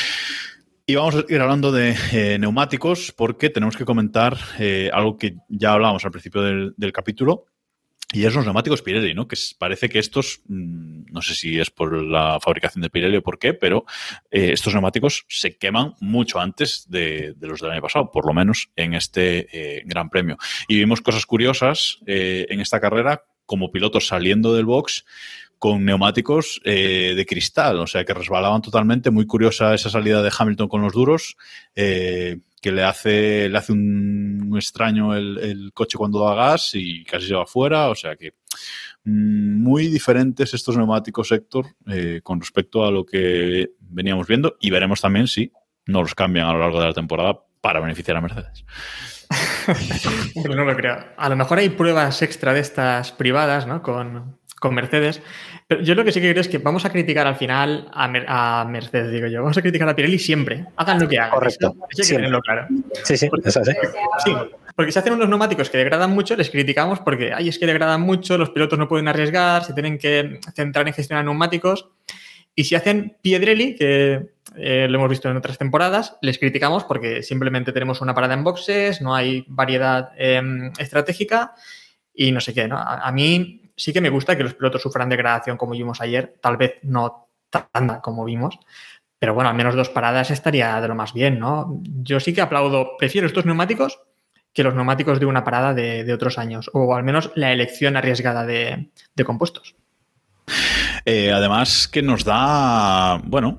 [SPEAKER 6] Y vamos a ir hablando de neumáticos porque tenemos que comentar algo que ya hablábamos al principio del capítulo, y es los neumáticos Pirelli, ¿no? Que parece que estos, no sé si es por la fabricación de Pirelli o por qué, pero estos neumáticos se queman mucho antes de los del año pasado, por lo menos en este Gran Premio. Y vimos cosas curiosas en esta carrera, como pilotos saliendo del box con neumáticos de cristal, o sea, que resbalaban totalmente. Muy curiosa esa salida de Hamilton con los duros, que le hace un extraño el coche cuando da gas y casi se va fuera, o sea que muy diferentes estos neumáticos, Héctor, con respecto a lo que veníamos viendo, y veremos también si no los cambian a lo largo de la temporada para beneficiar a Mercedes.
[SPEAKER 8] Pero no lo creo. A lo mejor hay pruebas extra de estas privadas, ¿no? Con Mercedes. Pero yo lo que sí que creo es que vamos a criticar al final a Mercedes, digo yo. Vamos a criticar a Pirelli siempre. Hagan lo que hagan.
[SPEAKER 7] Correcto.
[SPEAKER 8] Eso hay que tenerlo claro.
[SPEAKER 7] Sí,
[SPEAKER 8] porque,
[SPEAKER 7] es así.
[SPEAKER 8] Sí, porque si hacen unos neumáticos que degradan mucho, les criticamos porque, es que degradan mucho, los pilotos no pueden arriesgar, se tienen que centrar en gestionar neumáticos. Y si hacen Pirelli, que lo hemos visto en otras temporadas, les criticamos porque simplemente tenemos una parada en boxes, no hay variedad estratégica y no sé qué, ¿no? A mí sí que me gusta que los pilotos sufran degradación como vimos ayer, tal vez no tanta como vimos, pero bueno, al menos 2 paradas estaría de lo más bien, ¿no? Yo sí que prefiero estos neumáticos que los neumáticos de una parada de otros años, o al menos la elección arriesgada de compuestos.
[SPEAKER 6] Además que nos da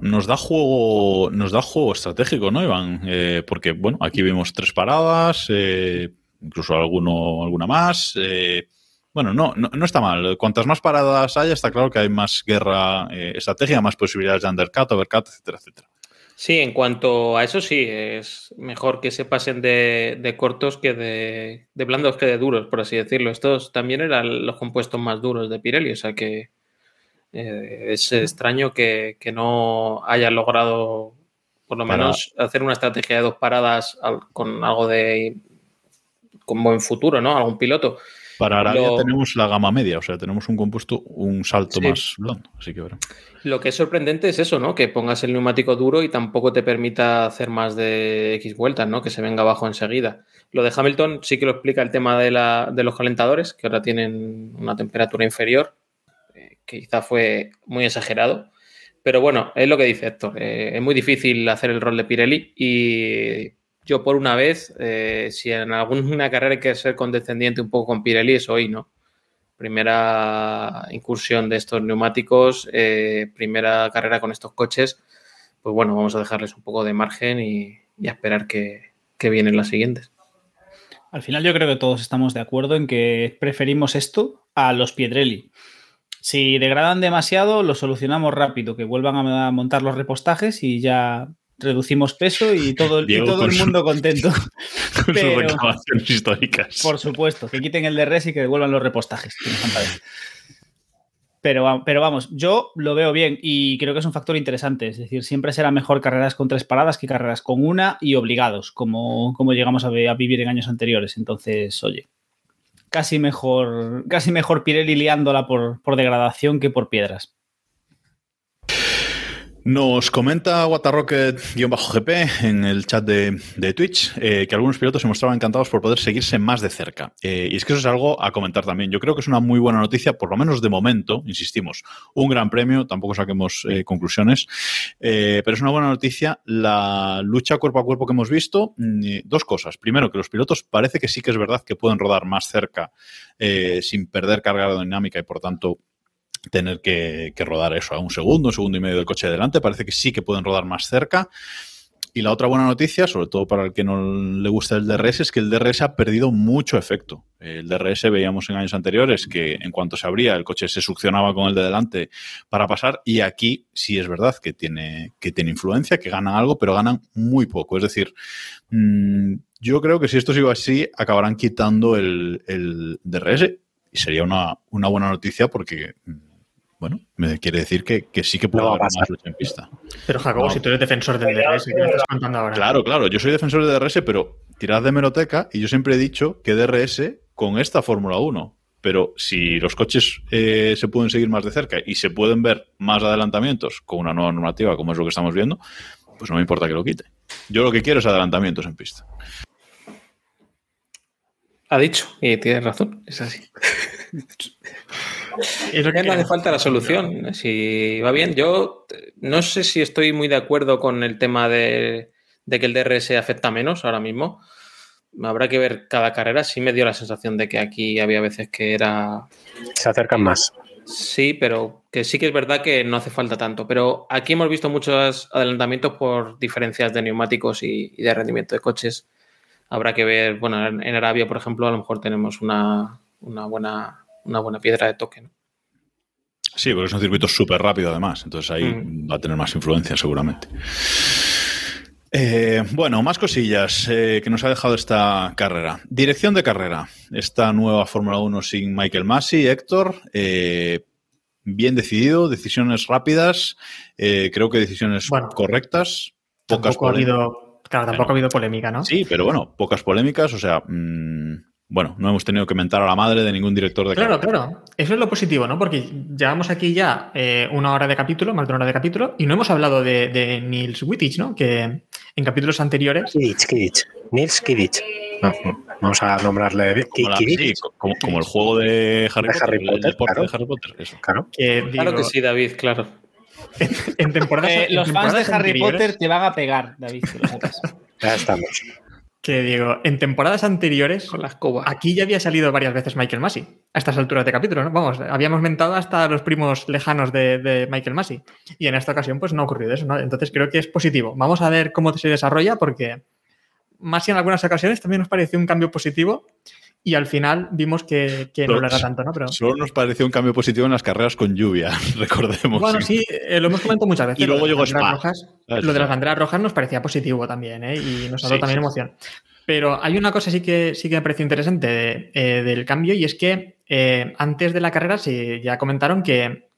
[SPEAKER 6] juego estratégico, ¿no, Iván? Porque, bueno, aquí vimos 3 paradas, incluso alguna más. Bueno, no está mal. Cuantas más paradas haya, está claro que hay más guerra estratégica, más posibilidades de undercut, overcut, etcétera, etcétera.
[SPEAKER 11] Sí, en cuanto a eso sí, es mejor que se pasen de cortos que de blandos que de duros, por así decirlo. Estos también eran los compuestos más duros de Pirelli, o sea que Es extraño que no haya logrado, por lo menos, hacer una estrategia de 2 paradas con algo de con buen futuro, ¿no? Algún piloto.
[SPEAKER 6] Para Arabia tenemos la gama media, o sea, tenemos un compuesto, un salto más blando, así que veremos.
[SPEAKER 11] Lo que es sorprendente es eso, ¿no? Que pongas el neumático duro y tampoco te permita hacer más de X vueltas, ¿no? Que se venga abajo enseguida. Lo de Hamilton sí que lo explica el tema de los calentadores, que ahora tienen una temperatura inferior, que quizá fue muy exagerado. Pero bueno, es lo que dice Héctor. Es muy difícil hacer el rol de Pirelli y yo por una vez, si en alguna carrera hay que ser condescendiente un poco con Pirelli, es hoy, ¿no? Primera incursión de estos neumáticos, primera carrera con estos coches, pues bueno, vamos a dejarles un poco de margen y a esperar que vienen las siguientes.
[SPEAKER 9] Al final yo creo que todos estamos de acuerdo en que preferimos esto a los Pirelli. Si degradan demasiado, lo solucionamos rápido, que vuelvan a montar los repostajes y ya reducimos peso y todo el mundo contento.
[SPEAKER 6] Con sus reclamaciones históricas.
[SPEAKER 9] Por supuesto, que quiten el DRS y que devuelvan los repostajes. Pero vamos, yo lo veo bien y creo que es un factor interesante. Es decir, siempre será mejor carreras con 3 paradas que carreras con una y obligados, como llegamos a vivir en años anteriores. Entonces, oye, casi mejor Pirelli liándola por degradación que por piedras.
[SPEAKER 6] Nos comenta Waterrocket-GP en el chat de Twitch que algunos pilotos se mostraban encantados por poder seguirse más de cerca. Y es que eso es algo a comentar también. Yo creo que es una muy buena noticia, por lo menos de momento, insistimos, un gran premio, tampoco saquemos conclusiones, pero es una buena noticia la lucha cuerpo a cuerpo que hemos visto. 2 cosas. Primero, que los pilotos parece que sí que es verdad que pueden rodar más cerca sin perder carga aerodinámica y por tanto tener que rodar eso a un segundo y medio del coche de delante. Parece que sí que pueden rodar más cerca. Y la otra buena noticia, sobre todo para el que no le gusta el DRS, es que el DRS ha perdido mucho efecto. El DRS veíamos en años anteriores que en cuanto se abría el coche se succionaba con el de delante para pasar, y aquí sí es verdad que tiene influencia, que ganan algo, pero ganan muy poco. Es decir, yo creo que si esto sigue así acabarán quitando el DRS y sería una buena noticia porque... Bueno, me quiere decir que sí que puede haber más lucha en pista.
[SPEAKER 8] Pero Jacobo, si tú eres defensor del DRS, ¿qué me estás contando ahora?
[SPEAKER 6] Claro, yo soy defensor de DRS, pero tirad de hemeroteca y yo siempre he dicho que DRS con esta Fórmula 1. Pero si los coches se pueden seguir más de cerca y se pueden ver más adelantamientos con una nueva normativa, como es lo que estamos viendo, pues no me importa que lo quite. Yo lo que quiero es adelantamientos en pista.
[SPEAKER 11] Ha dicho, y tienes razón, es así. Es lo que no hace falta la solución. Si va bien, yo no sé si estoy muy de acuerdo con el tema de que el DRS afecta menos ahora mismo. Habrá que ver cada carrera. Sí me dio la sensación de que aquí había veces que
[SPEAKER 7] se acercan más.
[SPEAKER 11] Sí, pero que sí que es verdad que no hace falta tanto. Pero aquí hemos visto muchos adelantamientos por diferencias de neumáticos y de rendimiento de coches. Habrá que ver, bueno, en Arabia, por ejemplo, a lo mejor tenemos una buena piedra de toque, ¿no?
[SPEAKER 6] Sí, porque es un circuito súper rápido además, entonces ahí va a tener más influencia seguramente. Bueno, más cosillas que nos ha dejado esta carrera. Dirección de carrera. Esta nueva Fórmula 1 sin Michael Masi, Héctor. Bien decidido, decisiones rápidas, creo que decisiones correctas.
[SPEAKER 8] Tampoco ha habido polémica, ¿no?
[SPEAKER 6] Sí, pero bueno, pocas polémicas, o sea... Bueno, no hemos tenido que mentar a la madre de ningún director de carrera.
[SPEAKER 8] Claro. Eso es lo positivo, ¿no? Porque llevamos aquí ya una hora de capítulo, más de una hora de capítulo, y no hemos hablado de Nils Wittich, ¿no? Que en capítulos anteriores...
[SPEAKER 7] Kiddich. Nils Kiddich. No, vamos a nombrarle
[SPEAKER 6] Kiddich. Como el juego de Harry Potter. El deporte de Harry Potter, eso.
[SPEAKER 11] Claro que sí, David, claro.
[SPEAKER 8] En temporadas,
[SPEAKER 9] los fans de Harry Potter te van a pegar, David, que lo sepas.
[SPEAKER 7] Ya estamos.
[SPEAKER 8] Que digo, en temporadas anteriores,
[SPEAKER 11] con la escoba,
[SPEAKER 8] aquí ya había salido varias veces Michael Masi, a estas alturas de capítulo, ¿no? Vamos, habíamos mentado hasta los primos lejanos de Michael Masi. Y en esta ocasión, pues no ha ocurrido eso, ¿no? Entonces creo que es positivo. Vamos a ver cómo se desarrolla, porque Masi en algunas ocasiones también nos pareció un cambio positivo. Y al final vimos que no lo era tanto, ¿no? Pero...
[SPEAKER 6] Solo nos pareció un cambio positivo en las carreras con lluvia, recordemos.
[SPEAKER 8] Bueno, sí, lo hemos comentado muchas veces.
[SPEAKER 6] Y luego llegó Spa.
[SPEAKER 8] Lo de las banderas rojas nos parecía positivo también, ¿eh? Y nos ha dado también emoción. Pero hay una cosa sí que me pareció interesante del cambio, y es que antes de la carrera ya comentaron que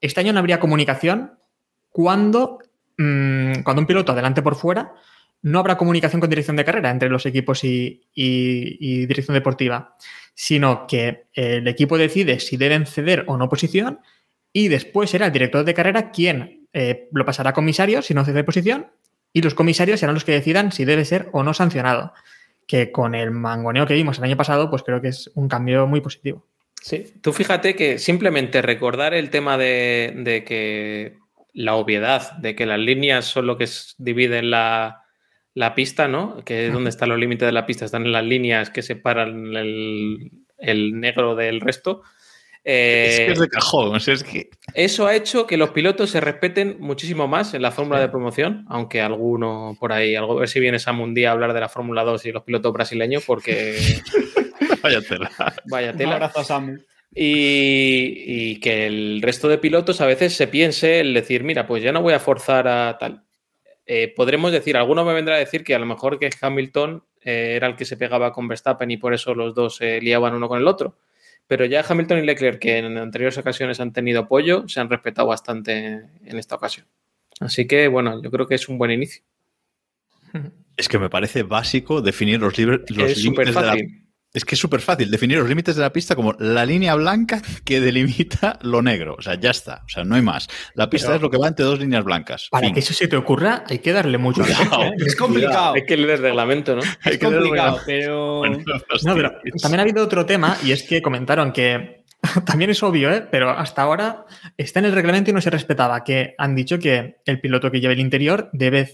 [SPEAKER 8] este año no habría comunicación cuando un piloto adelante por fuera, no habrá comunicación con dirección de carrera entre los equipos y dirección deportiva, sino que el equipo decide si deben ceder o no posición y después será el director de carrera quien lo pasará a comisarios si no cede posición y los comisarios serán los que decidan si debe ser o no sancionado. Que con el mangoneo que vimos el año pasado, pues creo que es un cambio muy positivo.
[SPEAKER 11] Sí, tú fíjate que simplemente recordar el tema de que la obviedad de que las líneas son lo que dividen la pista, ¿no? Que es donde están los límites de la pista, están en las líneas que separan el negro del resto.
[SPEAKER 6] Es que es de cajón, o sea, es que...
[SPEAKER 11] Eso ha hecho que los pilotos se respeten muchísimo más en la fórmula de promoción, aunque alguno por ahí, a ver si viene Samu un día a hablar de la Fórmula 2 y los pilotos brasileños, porque...
[SPEAKER 6] Vaya tela.
[SPEAKER 11] Vaya tela.
[SPEAKER 9] Un abrazo a Samu.
[SPEAKER 11] Y que el resto de pilotos a veces se piense el decir, mira, pues ya no voy a forzar a tal. Podremos decir, alguno me vendrá a decir que a lo mejor que Hamilton era el que se pegaba con Verstappen y por eso los dos se liaban uno con el otro. Pero ya Hamilton y Leclerc, que en anteriores ocasiones han tenido apoyo, se han respetado bastante en esta ocasión. Así que, bueno, yo creo que es un buen inicio.
[SPEAKER 6] Es que me parece básico definir los límites de la... Es que es súper fácil definir los límites de la pista como la línea blanca que delimita lo negro. O sea, ya está. O sea, no hay más. La pista es lo que va entre dos líneas blancas.
[SPEAKER 8] Para que eso se te ocurra, hay que darle mucho.
[SPEAKER 9] Es complicado.
[SPEAKER 11] Hay que leer el reglamento, ¿no?
[SPEAKER 9] Es complicado, pero...
[SPEAKER 8] Bueno, no, pero también ha habido otro tema y es que comentaron que también es obvio, pero hasta ahora está en el reglamento y no se respetaba, que han dicho que el piloto que lleve el interior debe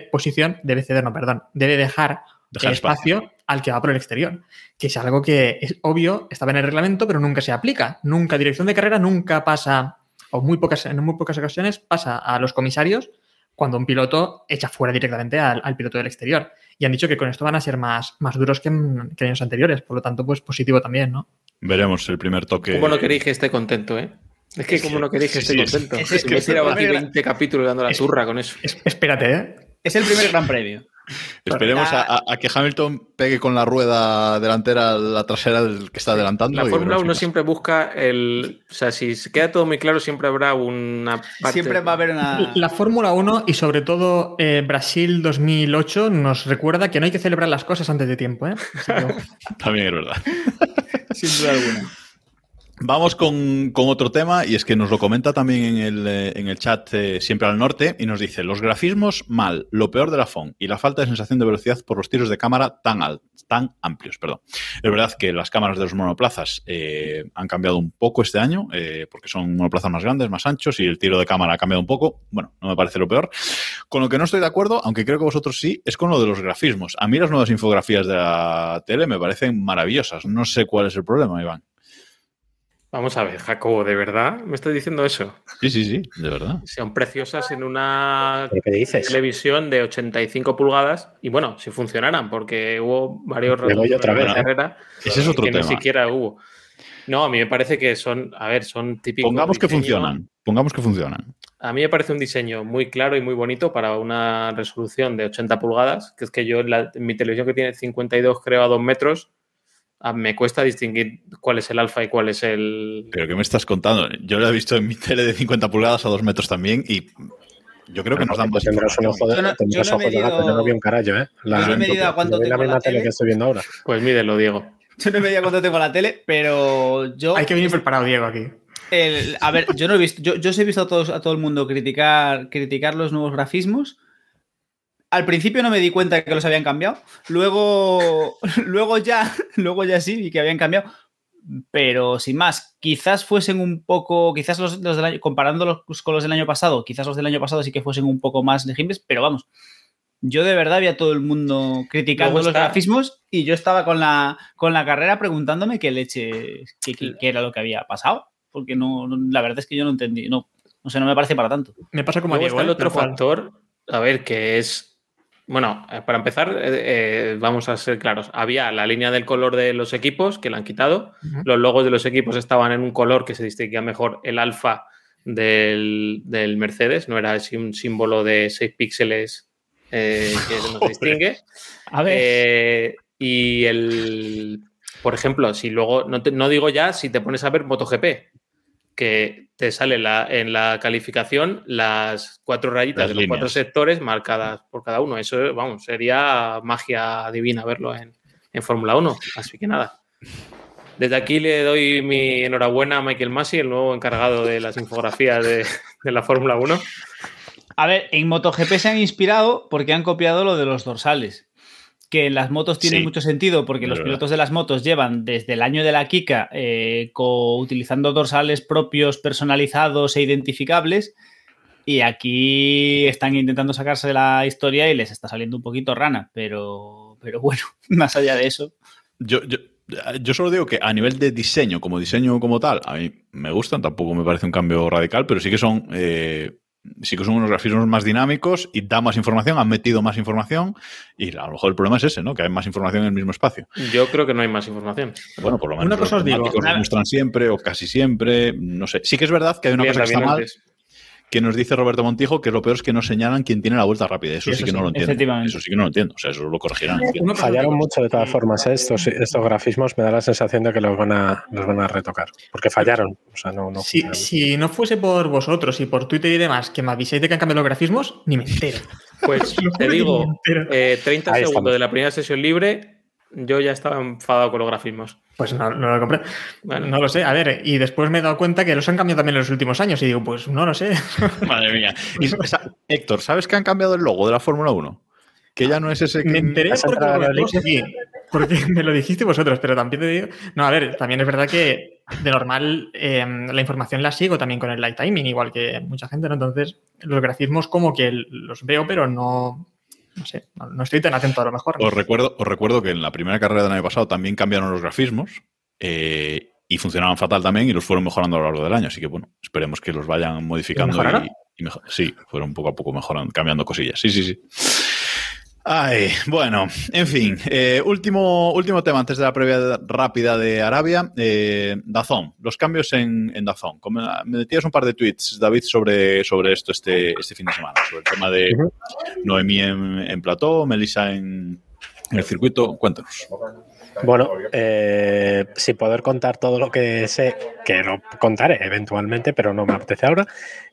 [SPEAKER 8] dejar espacio al que va por el exterior, que es algo que es obvio, estaba en el reglamento, pero nunca se aplica. Nunca, dirección de carrera nunca pasa, o en muy pocas ocasiones pasa a los comisarios cuando un piloto echa fuera directamente al piloto del exterior. Y han dicho que con esto van a ser más duros que en años anteriores, por lo tanto, pues positivo también, ¿no?
[SPEAKER 6] Veremos el primer toque.
[SPEAKER 11] Como no queréis que esté contento, ¿eh? Es que como no queréis que esté contento. Es que me he tirado aquí 20 capítulos dando la turra con eso.
[SPEAKER 8] Espérate, ¿eh?
[SPEAKER 9] Es el primer gran premio.
[SPEAKER 6] Esperemos a que Hamilton pegue con la rueda delantera la trasera del que está adelantando.
[SPEAKER 11] La Fórmula 1 siempre busca o sea, si se queda todo muy claro, siempre habrá una parte...
[SPEAKER 9] Siempre va a haber una...
[SPEAKER 8] La Fórmula 1 y sobre todo Brasil 2008 nos recuerda que no hay que celebrar las cosas antes de tiempo, ¿eh?
[SPEAKER 6] También es verdad.
[SPEAKER 9] Sin duda alguna.
[SPEAKER 6] Vamos con otro tema, y es que nos lo comenta también en el chat Siempre al Norte, y nos dice: los grafismos mal, lo peor de la FOM y la falta de sensación de velocidad por los tiros de cámara tan amplios. Es verdad que las cámaras de los monoplazas han cambiado un poco este año, porque son monoplazas más grandes, más anchos, y el tiro de cámara ha cambiado un poco. Bueno, no me parece lo peor. Con lo que no estoy de acuerdo, aunque creo que vosotros sí, es con lo de los grafismos. A mí las nuevas infografías de la tele me parecen maravillosas. No sé cuál es el problema, Iván.
[SPEAKER 11] Vamos a ver, Jacobo, ¿de verdad me estás diciendo eso?
[SPEAKER 6] Sí, de verdad.
[SPEAKER 11] Son preciosas en una televisión de 85 pulgadas y bueno, si funcionaran, porque hubo varios ratos de carrera.
[SPEAKER 6] Ese es otro tema.
[SPEAKER 11] Ni siquiera hubo. No, a mí me parece que son típicos.
[SPEAKER 6] Pongamos que funcionan.
[SPEAKER 11] A mí me parece un diseño muy claro y muy bonito para una resolución de 80 pulgadas, que es que yo en mi televisión, que tiene 52, creo, a 2 metros, me cuesta distinguir cuál es el alfa y cuál es el...
[SPEAKER 6] ¿Pero qué me estás contando? Yo lo he visto en mi tele de 50 pulgadas a 2 metros también y yo creo que nos dan más información.
[SPEAKER 7] Yo no vi un carallo, ¿eh?
[SPEAKER 9] Yo no he medido cuánto tengo
[SPEAKER 7] la misma tele que estoy viendo ahora.
[SPEAKER 11] Pues mídelo, Diego.
[SPEAKER 9] Yo no he medido cuánto tengo la tele, pero yo...
[SPEAKER 8] Hay que venir preparado, Diego, aquí.
[SPEAKER 9] A ver, yo no he visto... Yo os he visto a todo el mundo criticar los nuevos grafismos. Al principio no me di cuenta de que los habían cambiado. Luego ya sí vi que habían cambiado. Pero sin más, quizás fuesen un poco... Quizás los del año... Comparándolos con los del año pasado, quizás los del año pasado sí que fuesen un poco más legibles, pero vamos. Yo de verdad vi a todo el mundo criticando los grafismos y yo estaba con la carrera preguntándome qué leche... qué era lo que había pasado. Porque no, la verdad es que yo no entendí. No sé, no me parece para tanto.
[SPEAKER 8] Me pasa como a
[SPEAKER 11] Diego.
[SPEAKER 8] Diego.
[SPEAKER 11] Está el otro factor, a ver, que es... Bueno, para empezar, vamos a ser claros. Había la línea del color de los equipos, que la han quitado. Uh-huh. Los logos de los equipos estaban en un color que se distinguía mejor el alfa del Mercedes. No era así un símbolo de 6 píxeles que no se distingue.
[SPEAKER 9] A ver.
[SPEAKER 11] Por ejemplo, si luego... No digo ya si te pones a ver MotoGP, que te sale en la calificación las 4 rayitas de los 4 sectores marcadas por cada uno. Eso, vamos, sería magia divina verlo en Fórmula 1. Así que nada. Desde aquí le doy mi enhorabuena a Michael Masi, el nuevo encargado de las infografías de la Fórmula 1.
[SPEAKER 9] A ver, en MotoGP se han inspirado porque han copiado lo de los dorsales. Que en las motos tiene mucho sentido porque los pilotos de las motos llevan desde el año de la Kika utilizando dorsales propios, personalizados e identificables, y aquí están intentando sacarse la historia y les está saliendo un poquito rana, pero bueno, más allá de eso.
[SPEAKER 6] Yo solo digo que a nivel de diseño como tal, a mí me gustan, tampoco me parece un cambio radical, pero sí que son unos grafismos más dinámicos y da más información, han metido más información y a lo mejor el problema es ese, ¿no? Que hay más información en el mismo espacio.
[SPEAKER 11] Yo creo que no hay más información.
[SPEAKER 6] Bueno, por lo menos los temáticos lo muestran siempre o casi siempre, no sé. Sí que es verdad que hay una cosa que está mal, que nos dice Roberto Montijo, que lo peor es que no señalan quién tiene la vuelta rápida. Eso sí que no lo entiendo. Eso sí que no lo entiendo. O sea, eso lo corregirán.
[SPEAKER 7] Fallaron mucho de todas formas, ¿eh? Estos grafismos me da la sensación de que los van a retocar. Porque fallaron. O sea, no
[SPEAKER 8] si no fuese por vosotros y por Twitter y demás que me aviséis de que han cambiado los grafismos, ni me entero.
[SPEAKER 11] Pues te digo, 30 segundos de la primera sesión libre, yo ya estaba enfadado con los grafismos.
[SPEAKER 8] Pues no lo compré. Bueno, no lo sé. A ver, y después me he dado cuenta que los han cambiado también en los últimos años y digo, pues no lo sé.
[SPEAKER 6] Madre mía. Héctor, ¿sabes que han cambiado el logo de la Fórmula 1? Que ya no es ese que...
[SPEAKER 8] Me enteré porque me lo dijiste vosotros, pero también te digo... No, a ver, también es verdad que de normal la información la sigo también con el light timing, igual que mucha gente, ¿no? Entonces, los grafismos como que los veo, pero no sé, no estoy tan atento a lo mejor.
[SPEAKER 6] Os recuerdo que en la primera carrera del año pasado también cambiaron los grafismos y funcionaban fatal también y los fueron mejorando a lo largo del año. Así que, bueno, esperemos que los vayan modificando. Sí, fueron poco a poco mejorando, cambiando cosillas. Sí. Ay, bueno, en fin. Último tema antes de la previa rápida de Arabia. DAZN, los cambios en DAZN. Me metías un par de tweets, David, sobre esto este fin de semana, sobre el tema de Noemí en plató, Melissa en el circuito. Cuéntanos.
[SPEAKER 7] Bueno, sin poder contar todo lo que sé, que lo contaré eventualmente, pero no me apetece ahora.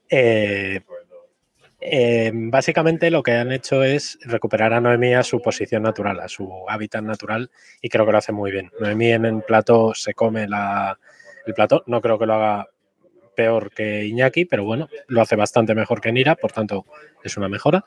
[SPEAKER 7] Básicamente lo que han hecho es recuperar a Noemí a su posición natural, a su hábitat natural, y creo que lo hace muy bien. Noemí en el plató se come el plató, no creo que lo haga peor que Iñaki, pero bueno, lo hace bastante mejor que Nira, por tanto es una mejora.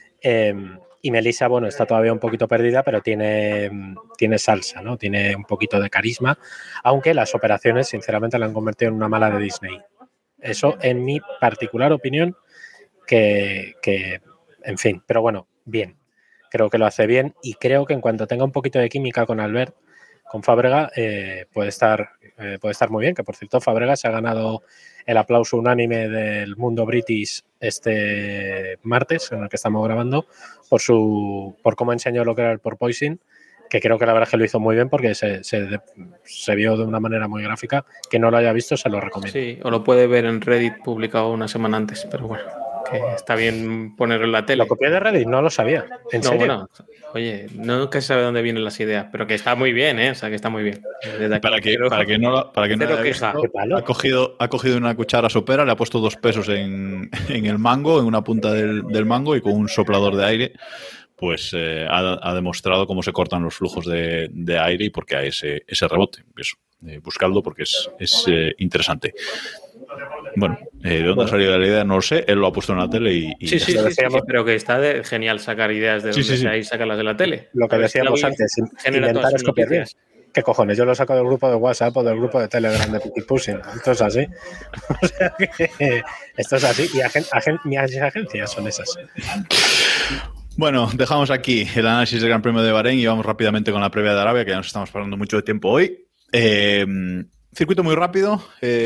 [SPEAKER 7] Y Melissa, bueno, está todavía un poquito perdida, pero tiene salsa, ¿no? Tiene un poquito de carisma, aunque las operaciones sinceramente la han convertido en una mala de Disney. Eso en mi particular opinión, que en fin, pero bueno, bien. Creo que lo hace bien y creo que en cuanto tenga un poquito de química con Albert, con Fábrega, puede estar muy bien. Que por cierto, Fábrega se ha ganado el aplauso unánime del mundo british este martes, en el que estamos grabando, por cómo enseñó lo que era el porpoising, que creo que la verdad es que lo hizo muy bien porque se vio de una manera muy gráfica. Que no lo haya visto, se lo recomiendo.
[SPEAKER 11] Sí, o lo puede ver en Reddit publicado una semana antes, pero bueno, que está bien ponerlo en la tele.
[SPEAKER 7] ¿Lo copié de Reddit? No lo sabía. ¿En serio?
[SPEAKER 11] Bueno, oye, no que sabe dónde vienen las ideas, pero que está muy bien, ¿eh? O sea, que está muy bien.
[SPEAKER 6] Para que no ha cogido una cuchara sopera, le ha puesto 2 pesos en el mango, en una punta del mango, y con un soplador de aire pues ha demostrado cómo se cortan los flujos de aire y por qué hay ese rebote. Eso, buscadlo porque es interesante. Bueno, ¿de dónde ha salido la idea? No lo sé, él lo ha puesto en la tele y
[SPEAKER 11] sí, pero que está genial sacar ideas de donde ahí sacarlas de la tele.
[SPEAKER 7] Lo que decíamos antes, inventar es copiar bien. ¿Qué cojones? Yo lo saco del grupo de WhatsApp o del grupo de Telegram de Keep Pushing. Esto es así. O sea que esto es así y mis agencias son esas.
[SPEAKER 6] Bueno, dejamos aquí el análisis del Gran Premio de Bahrein y vamos rápidamente con la previa de Arabia, que ya nos estamos pasando mucho de tiempo hoy. Circuito muy rápido,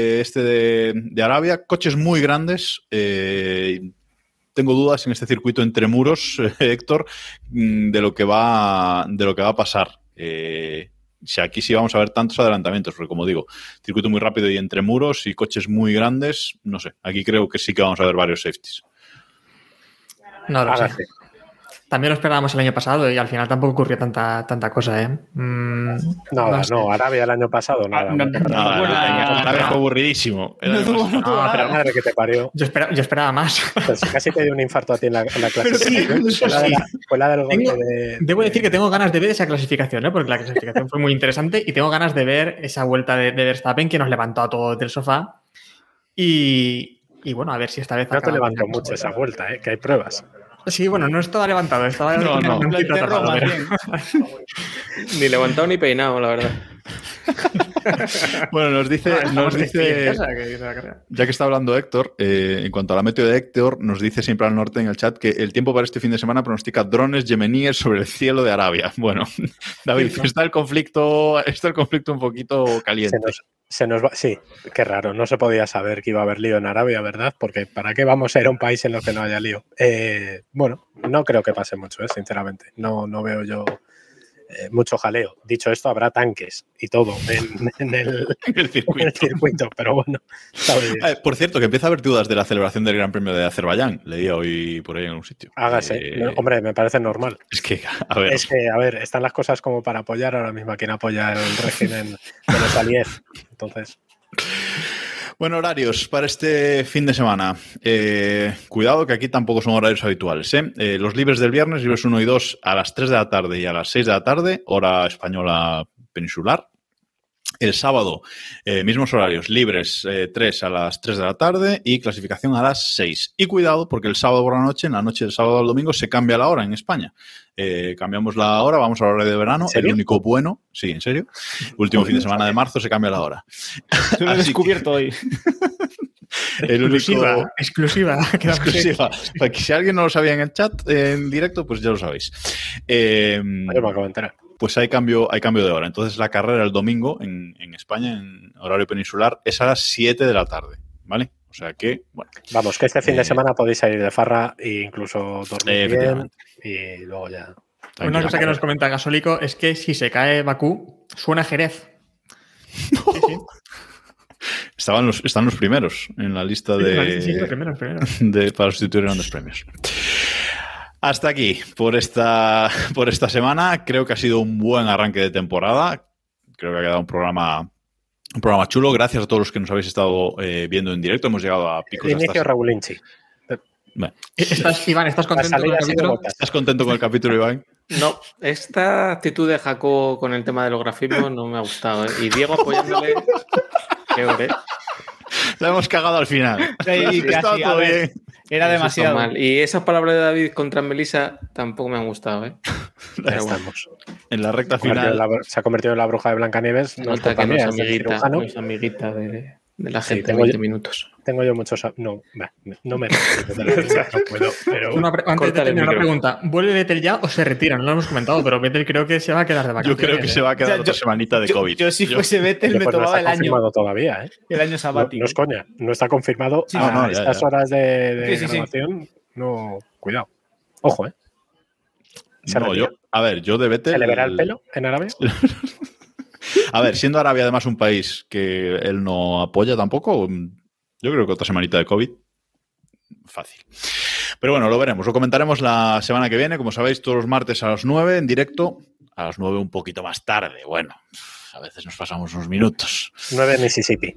[SPEAKER 6] de Arabia, coches muy grandes. Tengo dudas en este circuito entre muros, Héctor, de lo que va a pasar. Si aquí sí vamos a ver tantos adelantamientos, porque como digo, circuito muy rápido y entre muros y coches muy grandes, no sé, aquí creo que sí que vamos a ver varios safeties.
[SPEAKER 8] No lo sé. también lo esperábamos el año pasado y al final tampoco ocurrió tanta cosa, ¿eh?
[SPEAKER 7] No, Arabia el año pasado, nada.
[SPEAKER 6] Arabia fue aburridísimo.
[SPEAKER 7] Pero madre que te parió.
[SPEAKER 8] Yo esperaba más.
[SPEAKER 7] Pues casi te dio un infarto a ti en la clasificación. Fue la del golpe de...
[SPEAKER 8] Debo decir que tengo ganas de ver esa clasificación, ¿eh? Porque la clasificación fue muy interesante y tengo ganas de ver esa vuelta de Verstappen que nos levantó a todos del sofá y bueno, a ver si esta vez...
[SPEAKER 7] No te levantó mucho esa vuelta, que hay pruebas.
[SPEAKER 8] Sí, bueno, no estaba levantado, estaba
[SPEAKER 11] ni levantado ni peinado, la verdad.
[SPEAKER 6] Bueno, nos dice, ya que está hablando Héctor, en cuanto a la meteo de Héctor, nos dice siempre al norte en el chat que el tiempo para este fin de semana pronostica drones yemeníes sobre el cielo de Arabia. Bueno, David, está el conflicto un poquito caliente.
[SPEAKER 7] Se nos va, sí, qué raro, no se podía saber que iba a haber lío en Arabia, ¿verdad? Porque ¿para qué vamos a ir a un país en el que no haya lío? Bueno, no creo que pase mucho, sinceramente. No veo yo mucho jaleo. Dicho esto, habrá tanques y todo en el circuito, pero bueno.
[SPEAKER 6] Por cierto, que empieza a haber dudas de la celebración del Gran Premio de Azerbaiyán. Leía hoy por ahí en un sitio.
[SPEAKER 7] Hágase. Hombre, me parece normal.
[SPEAKER 6] Es que, a ver,
[SPEAKER 7] están las cosas como para apoyar ahora mismo a quien apoya el régimen de los Aliyev. Entonces...
[SPEAKER 6] Bueno, horarios para este fin de semana. Cuidado que aquí tampoco son horarios habituales. Los libres del viernes, libres 1 y 2 a las 3 de la tarde y a las 6 de la tarde, hora española peninsular. El sábado, mismos horarios, libres 3 a las 3 de la tarde y clasificación a las 6. Y cuidado, porque el sábado por la noche, en la noche del sábado al domingo, se cambia la hora en España. Cambiamos la hora, vamos a la hora de verano. El único bueno, sí, en serio. Último fin de semana de marzo se cambia la hora.
[SPEAKER 9] Lo he descubierto hoy.
[SPEAKER 8] Exclusiva.
[SPEAKER 6] Para que si alguien no lo sabía en el chat, en directo, pues ya lo sabéis.
[SPEAKER 7] Yo me acabo de enterar.
[SPEAKER 6] Pues hay cambio de hora. Entonces la carrera el domingo en España, en horario peninsular, es a las 7 de la tarde, ¿vale? O sea que, bueno.
[SPEAKER 7] Vamos, que este fin de semana podéis salir de farra e incluso dormir bien y luego ya...
[SPEAKER 8] Una cosa que nos comenta Gasolico es que si se cae Bakú, suena Jerez. Sí.
[SPEAKER 6] Están los primeros en la lista
[SPEAKER 8] los primeros.
[SPEAKER 6] Para sustituir grandes premios. Hasta aquí por esta semana. Creo que ha sido un buen arranque de temporada. Creo que ha quedado un programa chulo. Gracias a todos los que nos habéis estado viendo en directo. Hemos llegado a picos.
[SPEAKER 7] Inicio Raúl Inchi.
[SPEAKER 6] Bueno.
[SPEAKER 8] Iván, ¿estás contento con el capítulo?
[SPEAKER 6] ¿Estás contento con el capítulo, Iván?
[SPEAKER 11] No, esta actitud de Jacob con el tema de los grafismos no me ha gustado. Y Diego apoyándole... Peor,
[SPEAKER 6] La hemos cagado al final.
[SPEAKER 9] Sí,
[SPEAKER 6] estaba todo bien.
[SPEAKER 9] Era demasiado.
[SPEAKER 11] Mal. Y esas palabras de David contra Melissa tampoco me han gustado,
[SPEAKER 7] Pero estamos.
[SPEAKER 6] En la recta final.
[SPEAKER 7] Se ha convertido en la bruja de Blancanieves.
[SPEAKER 11] No es amiguita de la gente 20 minutos.
[SPEAKER 7] Tengo yo muchos... No me no puedo. Pero...
[SPEAKER 8] Antes de terminar una pregunta. ¿Vuelve Vettel ya o se retira? No lo hemos comentado, pero Vettel creo que se va a quedar de vacaciones.
[SPEAKER 6] Yo creo que se va a quedar otra semanita de COVID.
[SPEAKER 9] Yo si fuese Vettel me tomaba el año.
[SPEAKER 7] No está confirmado todavía,
[SPEAKER 9] El año sabático.
[SPEAKER 7] No es coña. No está confirmado estas horas de grabación. No, cuidado. Ojo,
[SPEAKER 6] yo de Vettel...
[SPEAKER 7] ¿Se le verá el pelo en Arabia?
[SPEAKER 6] A ver, siendo Arabia además un país que él no apoya tampoco, yo creo que otra semanita de COVID, fácil. Pero bueno, lo veremos, lo comentaremos la semana que viene, como sabéis, todos los martes a las 9 en directo, a las 9 un poquito más tarde, bueno, a veces nos pasamos unos minutos.
[SPEAKER 7] 9 Mississippi.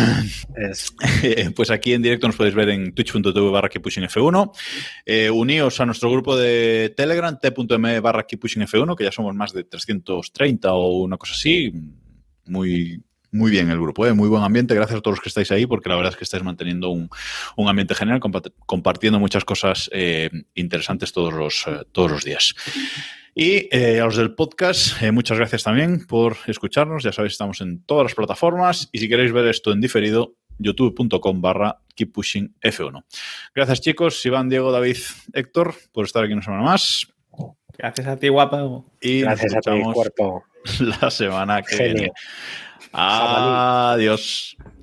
[SPEAKER 6] Pues aquí en directo nos podéis ver en twitch.tv/keeppushingf1. Uníos a nuestro grupo de Telegram, t.me/keeppushingf1, que ya somos más de 330 o una cosa así. Muy, muy bien el grupo, muy buen ambiente. Gracias a todos los que estáis ahí, porque la verdad es que estáis manteniendo un ambiente general, compartiendo muchas cosas interesantes todos los días. Y a los del podcast, muchas gracias también por escucharnos. Ya sabéis, estamos en todas las plataformas. Y si queréis ver esto en diferido, youtube.com/keeppushingf1. Gracias, chicos. Iván, Diego, David, Héctor, por estar aquí una semana más.
[SPEAKER 9] Gracias a ti, guapo.
[SPEAKER 6] Y
[SPEAKER 7] gracias a ti, cuerpo.
[SPEAKER 6] La semana que viene. Adiós.